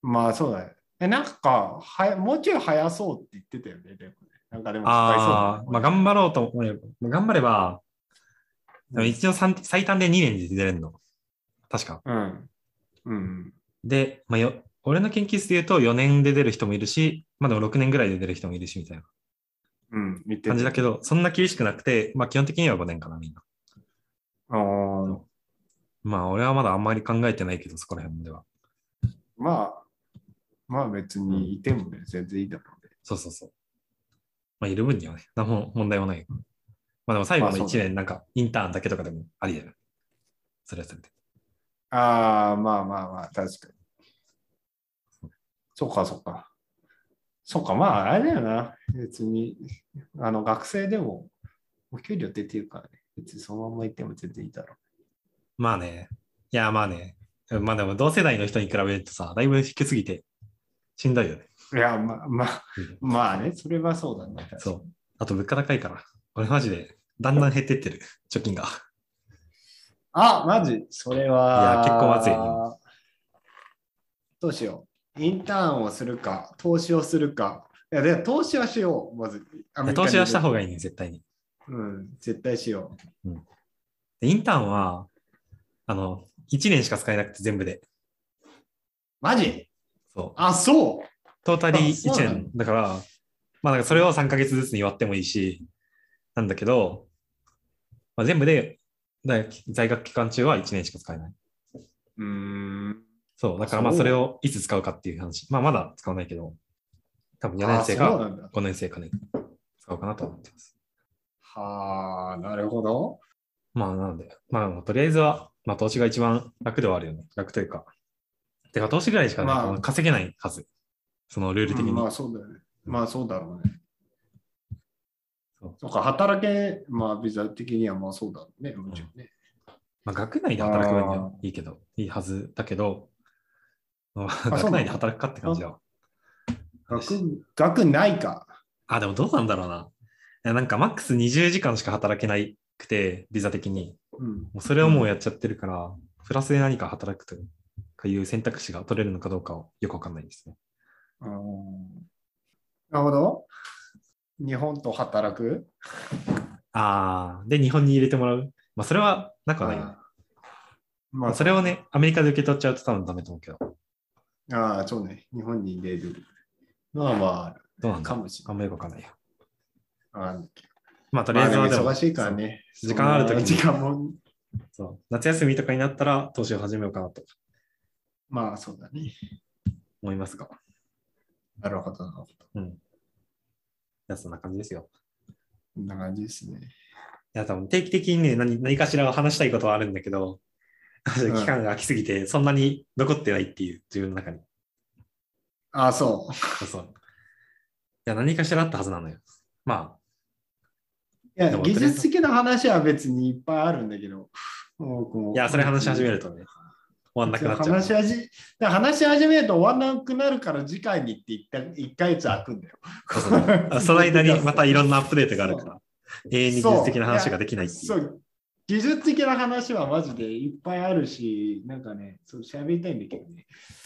まあそうだね。え、なんかは、もうちょい早そうって言ってたよね。でもねなんかでもかかりそうだ、ね。ああ、まあ頑張ろうと思えば、頑張れば、うん、一応最短でにねんで出れるの。確か。 うん。うん。 で、まあ、よ俺の研究室で言うとよねんで出る人もいるし、まあでもろくねんぐらいで出る人もいるしみたいな。 うん、 感じだけど、そんな厳しくなくて、まあ基本的にはごねんかな、みんな。あまあ俺はまだあんまり考えてないけど、そこら辺では。 まあ、まあ別にいてもね、うん、全然いいだろうね。 そうそうそう。まあいる分にはね、何も問題はない。まあでも最後のいちねん、なんかインターンだけとかでもありだよね。それはそれで。 ああ、まあまあまあ、確かに。そっかそっか。そっか、まああれだよな。別に、あの学生でもお給料出てるからね。別にそのまま行っても全然いいだろう。 まあね。いや、まあね。まあでも同世代の人に比べるとさ、だいぶ低すぎてしんどいよね。 いや、まあまあ、まあね、それはそうだね。 そう。あと物価高いから。俺マジでだんだん減ってってる、貯金が。 あ、マジそれは。 いや、結構まずいよ。 どうしよう。インターンをするか、投資をするか。いや、で投資はしよう、まず。 投資はした方がいいね、絶対に。 うん、絶対しよう。うん、インターンは、あの、いちねんしか使えなくて全部で。 マジそう。 あ、そうトータリーいちねんだから、まあなんかそれをさんかげつずつに割ってもいいし、なんだけど、まあ、全部で在学期間中はいちねんしか使えない。 うーん。 そう、だからまあそれをいつ使うかっていう話。まあまだ使わないけど、多分よねん生かごねん生かね、使おうかなと思ってます。 はあ、なるほど。 まあなので、まあとりあえずは、まあ投資が一番楽ではあるよね。楽というか。てか投資ぐらいしか、ねまあ、稼げないはず。そのルール的に。 うん、まあそうだよね。まあそうだろうね。そうそうか、働け、まあビザ的にはまあそうだろうね。もちろんね。 まあ学内で働く分にはいいけど、いいはずだけど、まあ、学内で働くかって感じは。 学、学ないか。 あ、でもどうなんだろうな。いやなんかマックスにじゅうじかんしか働けなくて、ビザ的に。うん、もうそれをもうやっちゃってるから、うん、プラスで何か働くという選択肢が取れるのかどうかはよくわかんないですね。 うん、なるほど。日本と働くああ、で、日本に入れてもらう。まあ、それはなくはないよね。まあ、それをね、アメリカで受け取っちゃうと多分ダメと思うけど。 ああ、そうね。日本に入れるのはまあ、 どうなんだかもしれない。あんまりよくわかんないよ。 あまあ、とりあえずはでも、忙しいからね。 時間あるときに。 時間も。 そう。夏休みとかになったら投資を始めようかなと。 まあ、そうだね。 思いますが。 なるほど、なるほど。 うん。いや、そんな感じですよ。 こんな感じですね。 いや、多分定期的にね、何何かしら話したいことはあるんだけど、 期間が空きすぎて、そんなに残ってないっていう、自分の中に。 ああ、そう。 そうそう。いや、何かしらあったはずなのよ。まあ。 いや、技術的な話は別にいっぱいあるんだけど。 いや、それ話し始めるとね、終わんなくなっちゃう。 話し始め、話し始めると終わんなくなるから次回にって言ったいっかげつ空くんだよ。 その間にまたいろんなアップデートがあるから、永遠に技術的な話ができないっていう。 そう。技術的な話はマジでいっぱいあるし、なんかね、そう喋りたいんだけどね。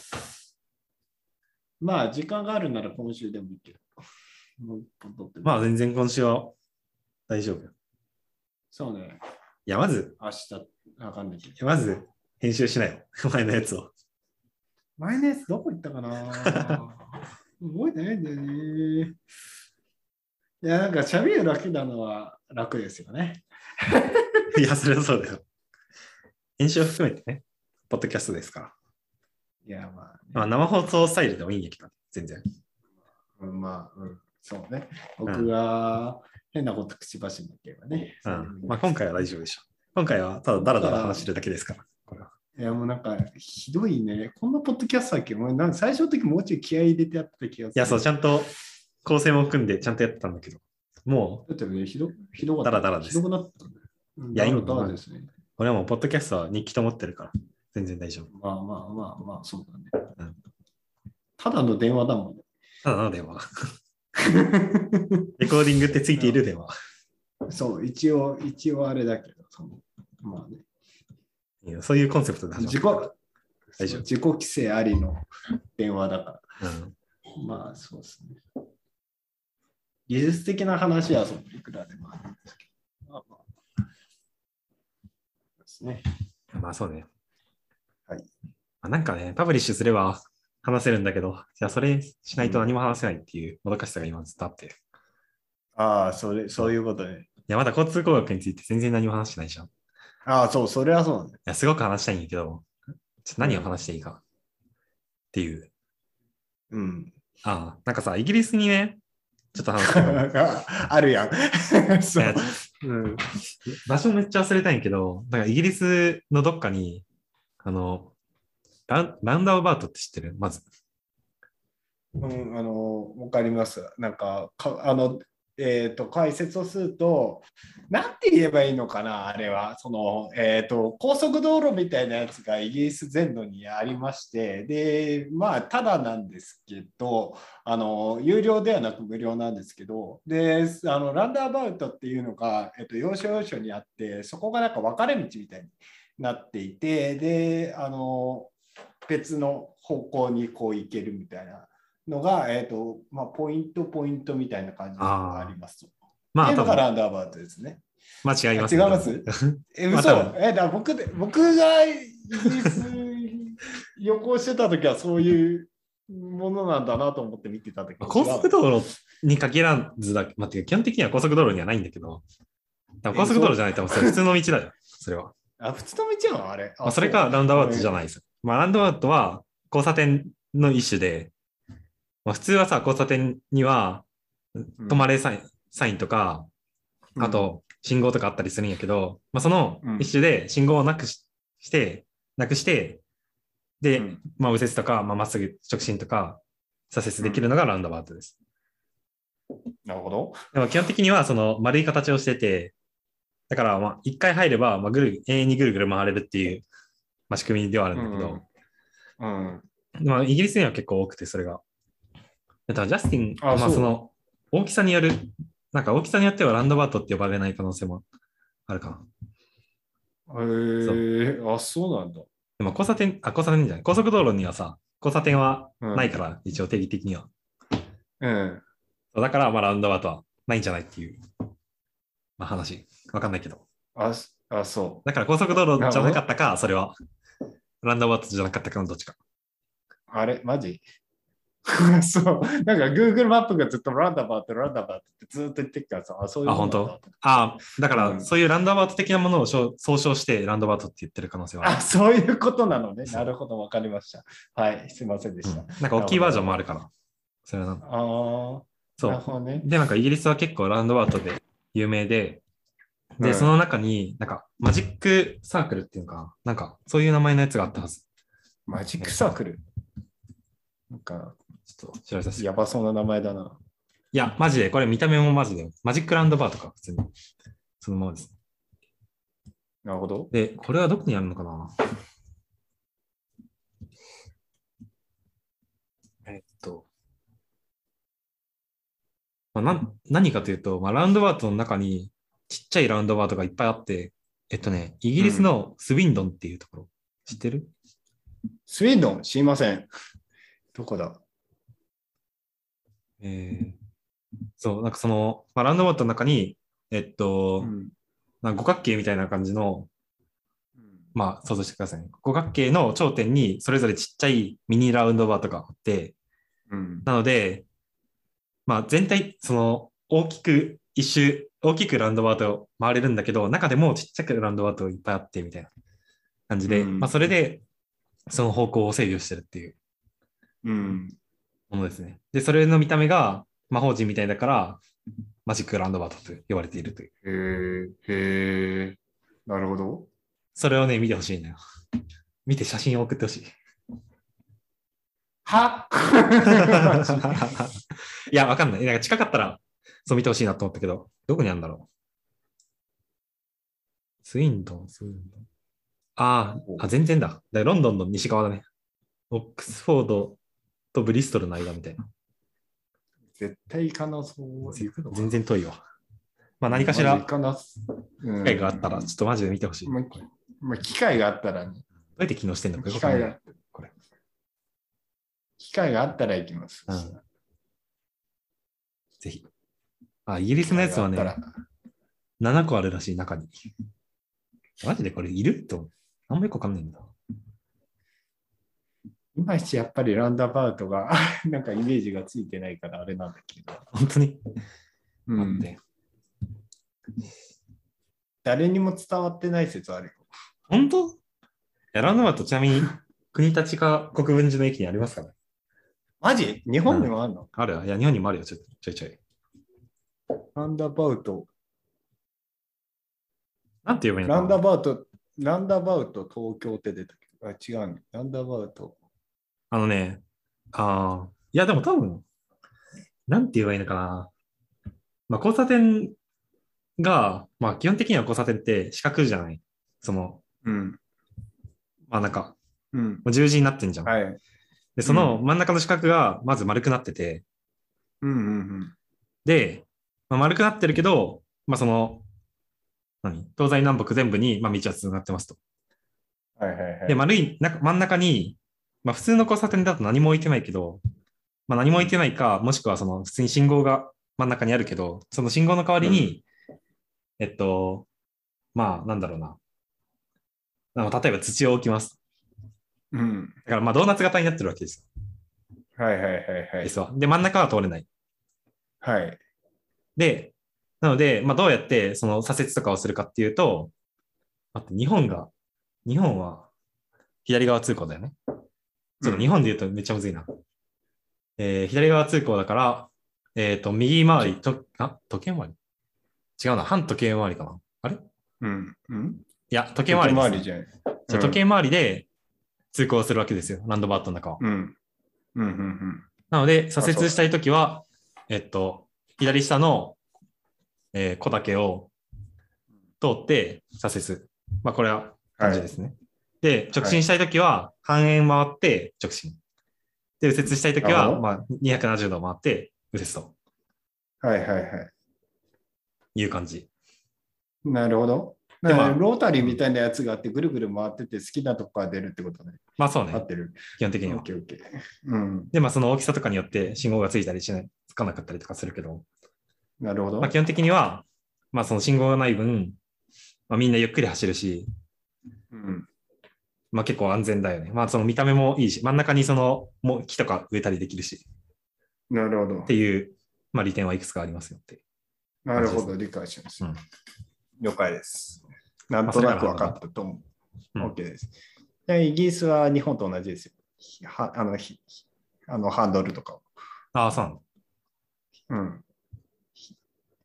まあ、時間があるなら今週でもいいけど。 まあ、全然今週は大丈夫。 そうね。 いや、まず、 明日、わかんないけど。 まず、編集しないよ。前のやつを。 前のやつどこ行ったかな覚えてないんだよね。いや、なんか喋るだけなのは楽ですよね。 いや、それはそうだよ。編集を含めてね、ポッドキャストですから。 いや、まあ、ね、 まあ、生放送スタイルでもいいんやけど、全然。 うん、まあ、うん、そうね。僕が変なこと口走んなければね。 うん。まあ、今回は大丈夫でしょ。今回はただダラダラ話してるだけですから。これはいや、もうなんか、ひどいね。こんなポッドキャストだっけど、なんか最初の時もうちょい気合い入れてやってた気がする。 いや、そう、ちゃんと構成も組んでちゃんとやってたんだけど、もう。だってね、ひどひどかった。ダラダラです。 ひどくなったんだよ。 いや、今ダラですね。 俺はもう、ポッドキャストは日記と思ってるから、全然大丈夫。 まあまあまあまあ、そうだね。うん、ただの電話だもんね。 ただの電話。レコーディングってついている電話。 そう、一応、一応あれだけど、そのまあね。 いや、そういうコンセプトで始まる。 自己、自己規制ありの電話だから。 うん、 まあ、そうですね。技術的な話はそのいくらでもあるんですけど。まあまあ、ですね。 まあそうね。 はい。 なんかね、パブリッシュすれば話せるんだけど、じゃあそれしないと何も話せないっていうもどかしさが今ずっとあって。 うん、ああ、それ、そういうことね。 いや、まだ交通工学について全然何も話してないじゃん。 ああ、そう、それはそうなんだ。いや、すごく話したいんだけど、ちょっと何を話していいかっていう。 うん。 ああ、なんかさ、イギリスにね、ちょっと話すけど。 あるやん。そう、 うん。場所めっちゃ忘れたいんやけど、だからイギリスのどっかに、あの、ランラウンドアバウトって知ってる？まず。 うん、あの、わかります。なんか、かあの、えっ、ー、と、解説をすると、なんて言えばいいのかな、あれは。その、えっ、ー、と、高速道路みたいなやつがイギリス全土にありまして、で、まあ、ただなんですけど、あの、有料ではなく無料なんですけど、で、あの、ランダーバウトっていうのが、えっ、ー、と、要所要所にあって、そこがなんか分かれ道みたいになっていて、で、あの、別の方向にこう行けるみたいなのが、えーとまあ、ポイントポイントみたいな感じがありますと。まあ、っていうのがランダーバウトですね。 まあ違います、 ね。違いますえ、嘘、まあ、えだ僕で、僕がイギリス旅行してた時はそういうものなんだなと思って見てた時高速道路に限らずだ、まあ、基本的には高速道路にはないんだけど、高速道路じゃないと普通の道だよ、それは。 あ、普通の道なのあれ。 あまあ、それかラウンドアバウトじゃないです。まあ、ラウンドアバウトは交差点の一種で、まあ、普通はさ、交差点には止まれサイン、うん、サインとか、あと信号とかあったりするんやけど、うん、まあ、その一種で信号をなくし、して、なくして、で、うん、まあ、右折とか、まあ、まっすぐ直進とか左折できるのがラウンドアバウトです。 うん、なるほど。 でも基本的にはその丸い形をしてて、だからまあ一回入れば、まあ、ぐる永遠にぐるぐる回れるっていう、まあ、仕組みではあるんだけど、 うんうんまあ、イギリスには結構多くて、それが。だからジャスティン、あまあ、その大きさによる、なんか大きさによってはランドバウトって呼ばれない可能性もあるかな。へえー、あ、そうなんだ。 でも交差点、あ、交差点じゃない。高速道路にはさ、交差点はないから、うん、一応定義的には。 うん。 だから、まあ、ラウンドバウトはないんじゃないっていう、まあ、話。わかんないけど。 あ、あ、そう。 だから高速道路じゃなかったか、それは。ランドバウトじゃなかったかのどっちか。 あれマジそう。なんか Google マップがずっとランダバウト、ランダバウトってずっと言ってるからさ、あ、そういうあ、本当あ、だから、そういうランダバウト的なものを総称してランダバウトって言ってる可能性はある。 あ、そういうことなのね。なるほど、わかりました。はい、すいませんでした。うん、 なんか大きいバージョンもあるから。それはああ、 そう。 なるほどね。 で、なんかイギリスは結構ランダバウトで有名で、 で、その中に、なんか、マジックサークルっていうか、なんか、そういう名前のやつがあったはず。 マジックサークルなんか、 ちょっと調べさせて。 やばそうな名前だな。 いや、マジで、これ見た目もマジで、マジックランドバーとか、普通に、そのままです。 なるほど。 で、これはどこにあるのかな。えっと、まあ、な何かというと、まあ、ラウンドバートの中にちっちゃいラウンドバートがいっぱいあって、えっとね、イギリスのスウィンドンっていうところ、知ってる？ スウィンドン知りません。どこだ？ えー、そう、なんかその、まあ、ラウンドバートの中に、えっと、 うん、 なんか五角形みたいな感じの、まあ、想像してくださいね。五角形の頂点にそれぞれちっちゃいミニラウンドバートがあって、 うん、 なので、まあ、全体、その、大きく、一周、大きくラウンドバートを回れるんだけど、中でもちっちゃくラウンドバートがいっぱいあって、みたいな感じで、 うん、 まあ、それで、その方向を制御してるっていううん、 ものですね。で、それの見た目が魔法陣みたいだから、マジックラウンドバートと呼ばれているという。 へえ、へえ、なるほど。 それをね、見てほしいんだよ。見て写真を送ってほしい。 はいや、わかんない。なんか近かったら、そう見てほしいなと思ったけど、どこにあるんだろう。スウィンドン、スウィンドン。あーあ、全然だ。だロンドンの西側だね。オックスフォードとブリストルの間みたいな。 絶対行かなそう。 全然遠いわ。まあ何かしら、機会があったら、ちょっとマジで見てほしい。 まあ、まあ、機会があったらね。どうやって機能してんのか機会が、 これ。 機会があったら行きます。 うん、ぜひ。あ、イギリスのやつはね、ななこあるらしい、中に。マジでこれいると、あんまよくわかんないんだ。 いまいちやっぱりランダバウトがなんかイメージがついてないからあれなんだけど。 本当に、 うん、待って。誰にも伝わってない説あるよ。 本当？ランダバウトちなみに国立か国分寺の駅にありますかね？ マジ？日本にもあるの？うん、 あるよ。いや、日本にもあるよ。ちょちょいちょい。 ランダバウト。 なんて言えばいいのかな？ ランダバウト、ランダバウト東京って出たけど、あ、違うね。ランダバウト。 あのね、ああ、いやでも多分、なんて言えばいいのかな。まあ交差点が、まあ基本的には交差点って四角じゃない。その、 うん。 まあなんか、 うん、 十字になってんじゃん。 はい。 で、その真ん中の四角がまず丸くなってて、 うんうんうん、 で、まあ、丸くなってるけど、まあその、何東西南北全部に、まあ、道はつながってますと。 はいはいはい。 で、丸いな真ん中に、まあ普通の交差点だと何も置いてないけど、まあ何も置いてないか、もしくはその普通に信号が真ん中にあるけど、その信号の代わりに、うん、えっと、まあなんだろうな。例えば土を置きます。 うん。 だからまあドーナツ型になってるわけです。 はいはいはいはい。 ですわ。で、真ん中は通れない。 はい。 で、なので、まあどうやってその左折とかをするかっていうと、あと日本が、日本は左側通行だよね。ちょっと日本で言うとめっちゃむずいな。うん、えー、左側通行だから、えっ、ー、と、右回り、と、あ、時計回り違うな、反時計回りかな。あれうん。うん。 いや、時計回りです、ね。 時計回りじゃん。 じゃあ時計回りで通行するわけですよ、ランドバートの中は。 うん。うんうんうん。 なので、左折したいときは、えっと、左下の、えー、小竹を通って左折。まあ、これは感じですね。はい、で、直進したいときは、半円回って直進。で、右折したいときは、まあ、にひゃくななじゅうど回って右折と。 はいはいはい。 いう感じ。 なるほど。でまあ、ロータリーみたいなやつがあって、ぐるぐる回ってて好きなとこから出るってことね。 まあそうね。 合ってる。 基本的には。 オッケーオッケー。うん。 で、まあその大きさとかによって信号がついたりしない、つかなかったりとかするけど。 なるほど。 まあ基本的には、まあその信号がない分、まあ、みんなゆっくり走るし、 うん、 まあ結構安全だよね。まあその見た目もいいし、真ん中にそのも木とか植えたりできるし。 なるほど。 っていう、まあ利点はいくつかありますよって。 なるほど、理解します。うん、了解です。なんとなく分かったと思う。OK です。イギリスは日本と同じですよ。はあのあのハンドルとか。 ああ、そうなの。 うん。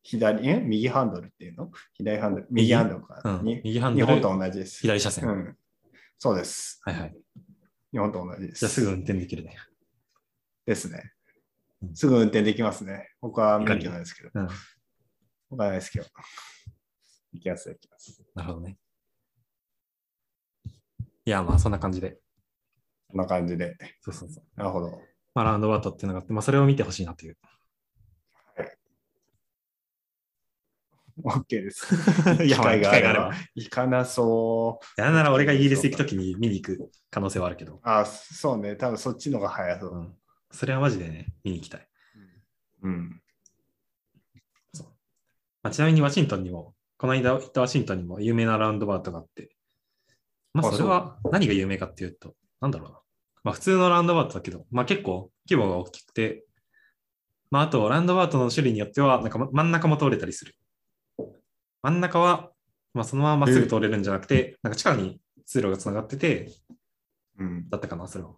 左、え右ハンドルっていうの左ハンドル、右ハンドルか、 うんに右ハンドル日本と同じです。 左車線。 うん。そうです。 はいはい。 日本と同じです。 じゃあすぐ運転できるね。 ですねう。んすぐ運転できますね。僕は免許ないですけど。 うん、 僕はないですけど。行きます、行きます。 なるほどね。いや、まあそんな感じで。 こんな感じで。 そうそうそう。 なるほど。 まあ、ラウンドバートっていうのがあって、まあ、それを見てほしいなという。 OK です。 いや、 機会があれば。 機会があれば行かなそう。 やなら俺がイギリス行くときに見に行く可能性はあるけど。 あ、そうね。多分そっちのが早そう。 うん、それはマジでね、見に行きたい。 うん。 そうまあ、ちなみにワシントンにも、この間行ったワシントンにも有名なラウンドバートがあって、まあそれは何が有名かっていうと、なんだろうな。まあ普通のラウンドバートだけど、まあ結構規模が大きくて、まああとラウンドバートの種類によっては、なんか真ん中も通れたりする。真ん中は、まあそのまままっすぐ通れるんじゃなくて、なんか地下に通路がつながってて、 うん、 だったかな、それは。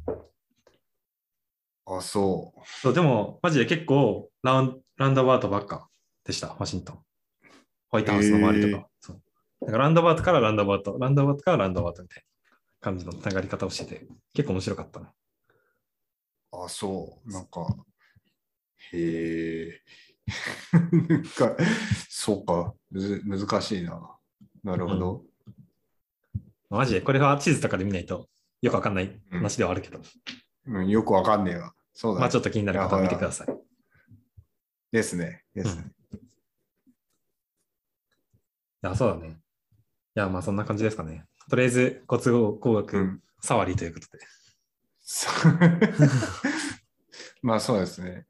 あ、そう。 そう、でも、マジで結構ラウン、ラウンドバートばっかでした、ワシントン。ホワイトハウスの周りとか。そうだからラウンドバートからラウンドバート、ラウンドバートからラウンドバートみたいな感じの流り方をしてて、結構面白かったね。 あ、そう。なんか、へえ。なんか、そうか。むず難しいな。なるほど。 うん、マジで、これは地図とかで見ないとよくわかんない話ではあるけど。 うん、うん、よくわかんねえわ。そうだ、ね。 まあちょっと気になる方は見てください。 ですね。ですね。 うん、いや、そうだね。いや、まあそんな感じですかね。とりあえず、交通工学触りということで。 うん、まあそうですね。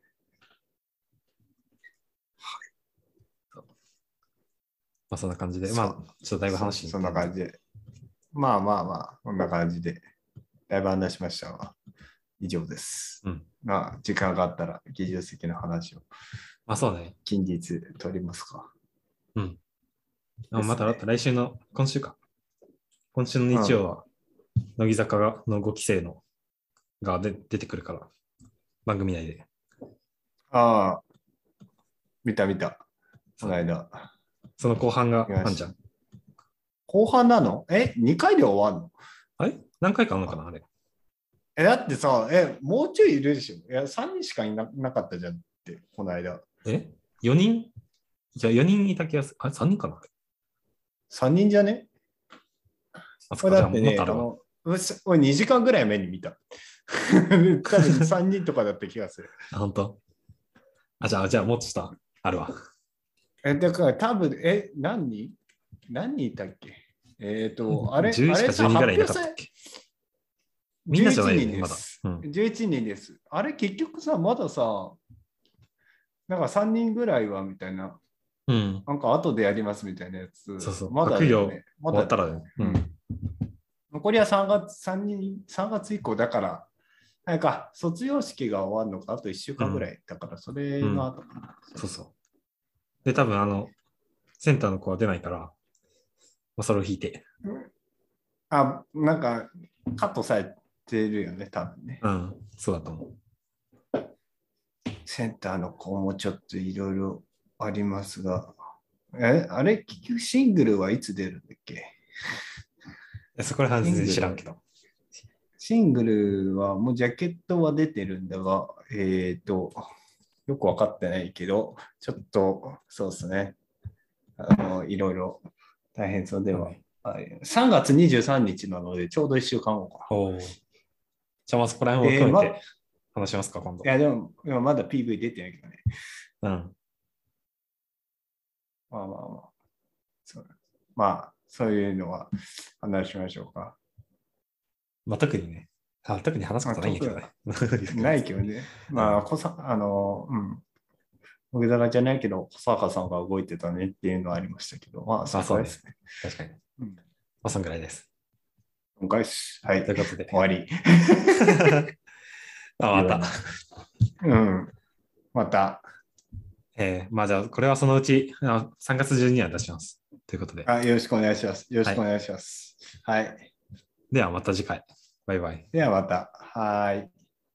まあそんな感じで、まあちょっとだいぶ話してそんな感じで。まあまあまあ、こんな感じで。だいぶ話しましたが、以上です。 うん、 まあ、時間があったら技術的な話を。 まあそうね。 近日取りますか。 うん。ね、また来週の、今週か。今週の日曜は、乃木坂がのごき生のがで出てくるから、番組内で。 ああ、見た見た。この間。 その後半があんじゃん。 後半なの？え、にかいで終わんの？ あれ何回かあるのかなあれ。 え、だってさ、え、もうちょいいるでしょ。いや、さんにんしかい な, なかったじゃんって、この間。 え ?よ 人じゃあよにんいた気がする。あれさんにんかなさんにんじゃね？ あ、 これだってね、あの俺にじかんぐらい目に見た。多分さんにんとかだった気がする。 あ、本当？あ、じゃあ、じゃあもうちょっとあるわ。 え、だから多分、え、何人何人いたっけ？えっ、ー、と、あれ、 じゅういちかじゅうにぐらいいなかったっけ？みんなじゃないよね、まだ、 うん。じゅういちにんです。あれ、結局さ、まださ、なんかさんにんぐらいはみたいな、 うん、 なんか後でやりますみたいなやつ。 そうそう。 まだ、 ね、業終わったら、ね、 うん。残りはさんがつ、さんにん、さんがつ以降だから、なんか卒業式が終わるのか、あといっしゅうかんぐらい、だから、それの後かな、 うん、そうそう。で、多分あの、センターの子は出ないから、まあ、それを引いて。 あ、なんか、カットされてるよね、多分ね。 うん、そうだと思う。 センターの子もちょっといろいろありますが、え、あれ、結局シングルはいつ出るんだっけ？ そこら辺全然知らんけど。 シングルはもうジャケットは出てるんだが、えっ、ー、と、よくわかってないけど、ちょっと、そうですね。あの、いろいろ大変そうでは。はい、さんがつにじゅうさんにちなので、ちょうどいっしゅうかんごか。 おじゃあ、まあそこら辺を含めて話しますか、今度。 いや、でも、今まだ ピーブイ 出てないけどね。 うん。 まあまあまあ。そう、まあ、そういうのは話しましょうか。 まあ、特にね、あ特に話すことないんやけどね。 ないけどね。まあ、こさあの、うん。乃木坂じゃないけど、小坂さんが動いてたねっていうのはありましたけど、まあ、そこですね。 確かに。うん、まあ、そんぐらいです。 今回です。はい。 ということで。 終わり。 あ、また。 うん。また。 えー、まあじゃあ、これはそのうちさんがつじゅうにには出します。ということで。 あ、よろしくお願いします。よろしくお願いします。はい。はい、 ではまた次回。バイバイ。 ではまた。はい。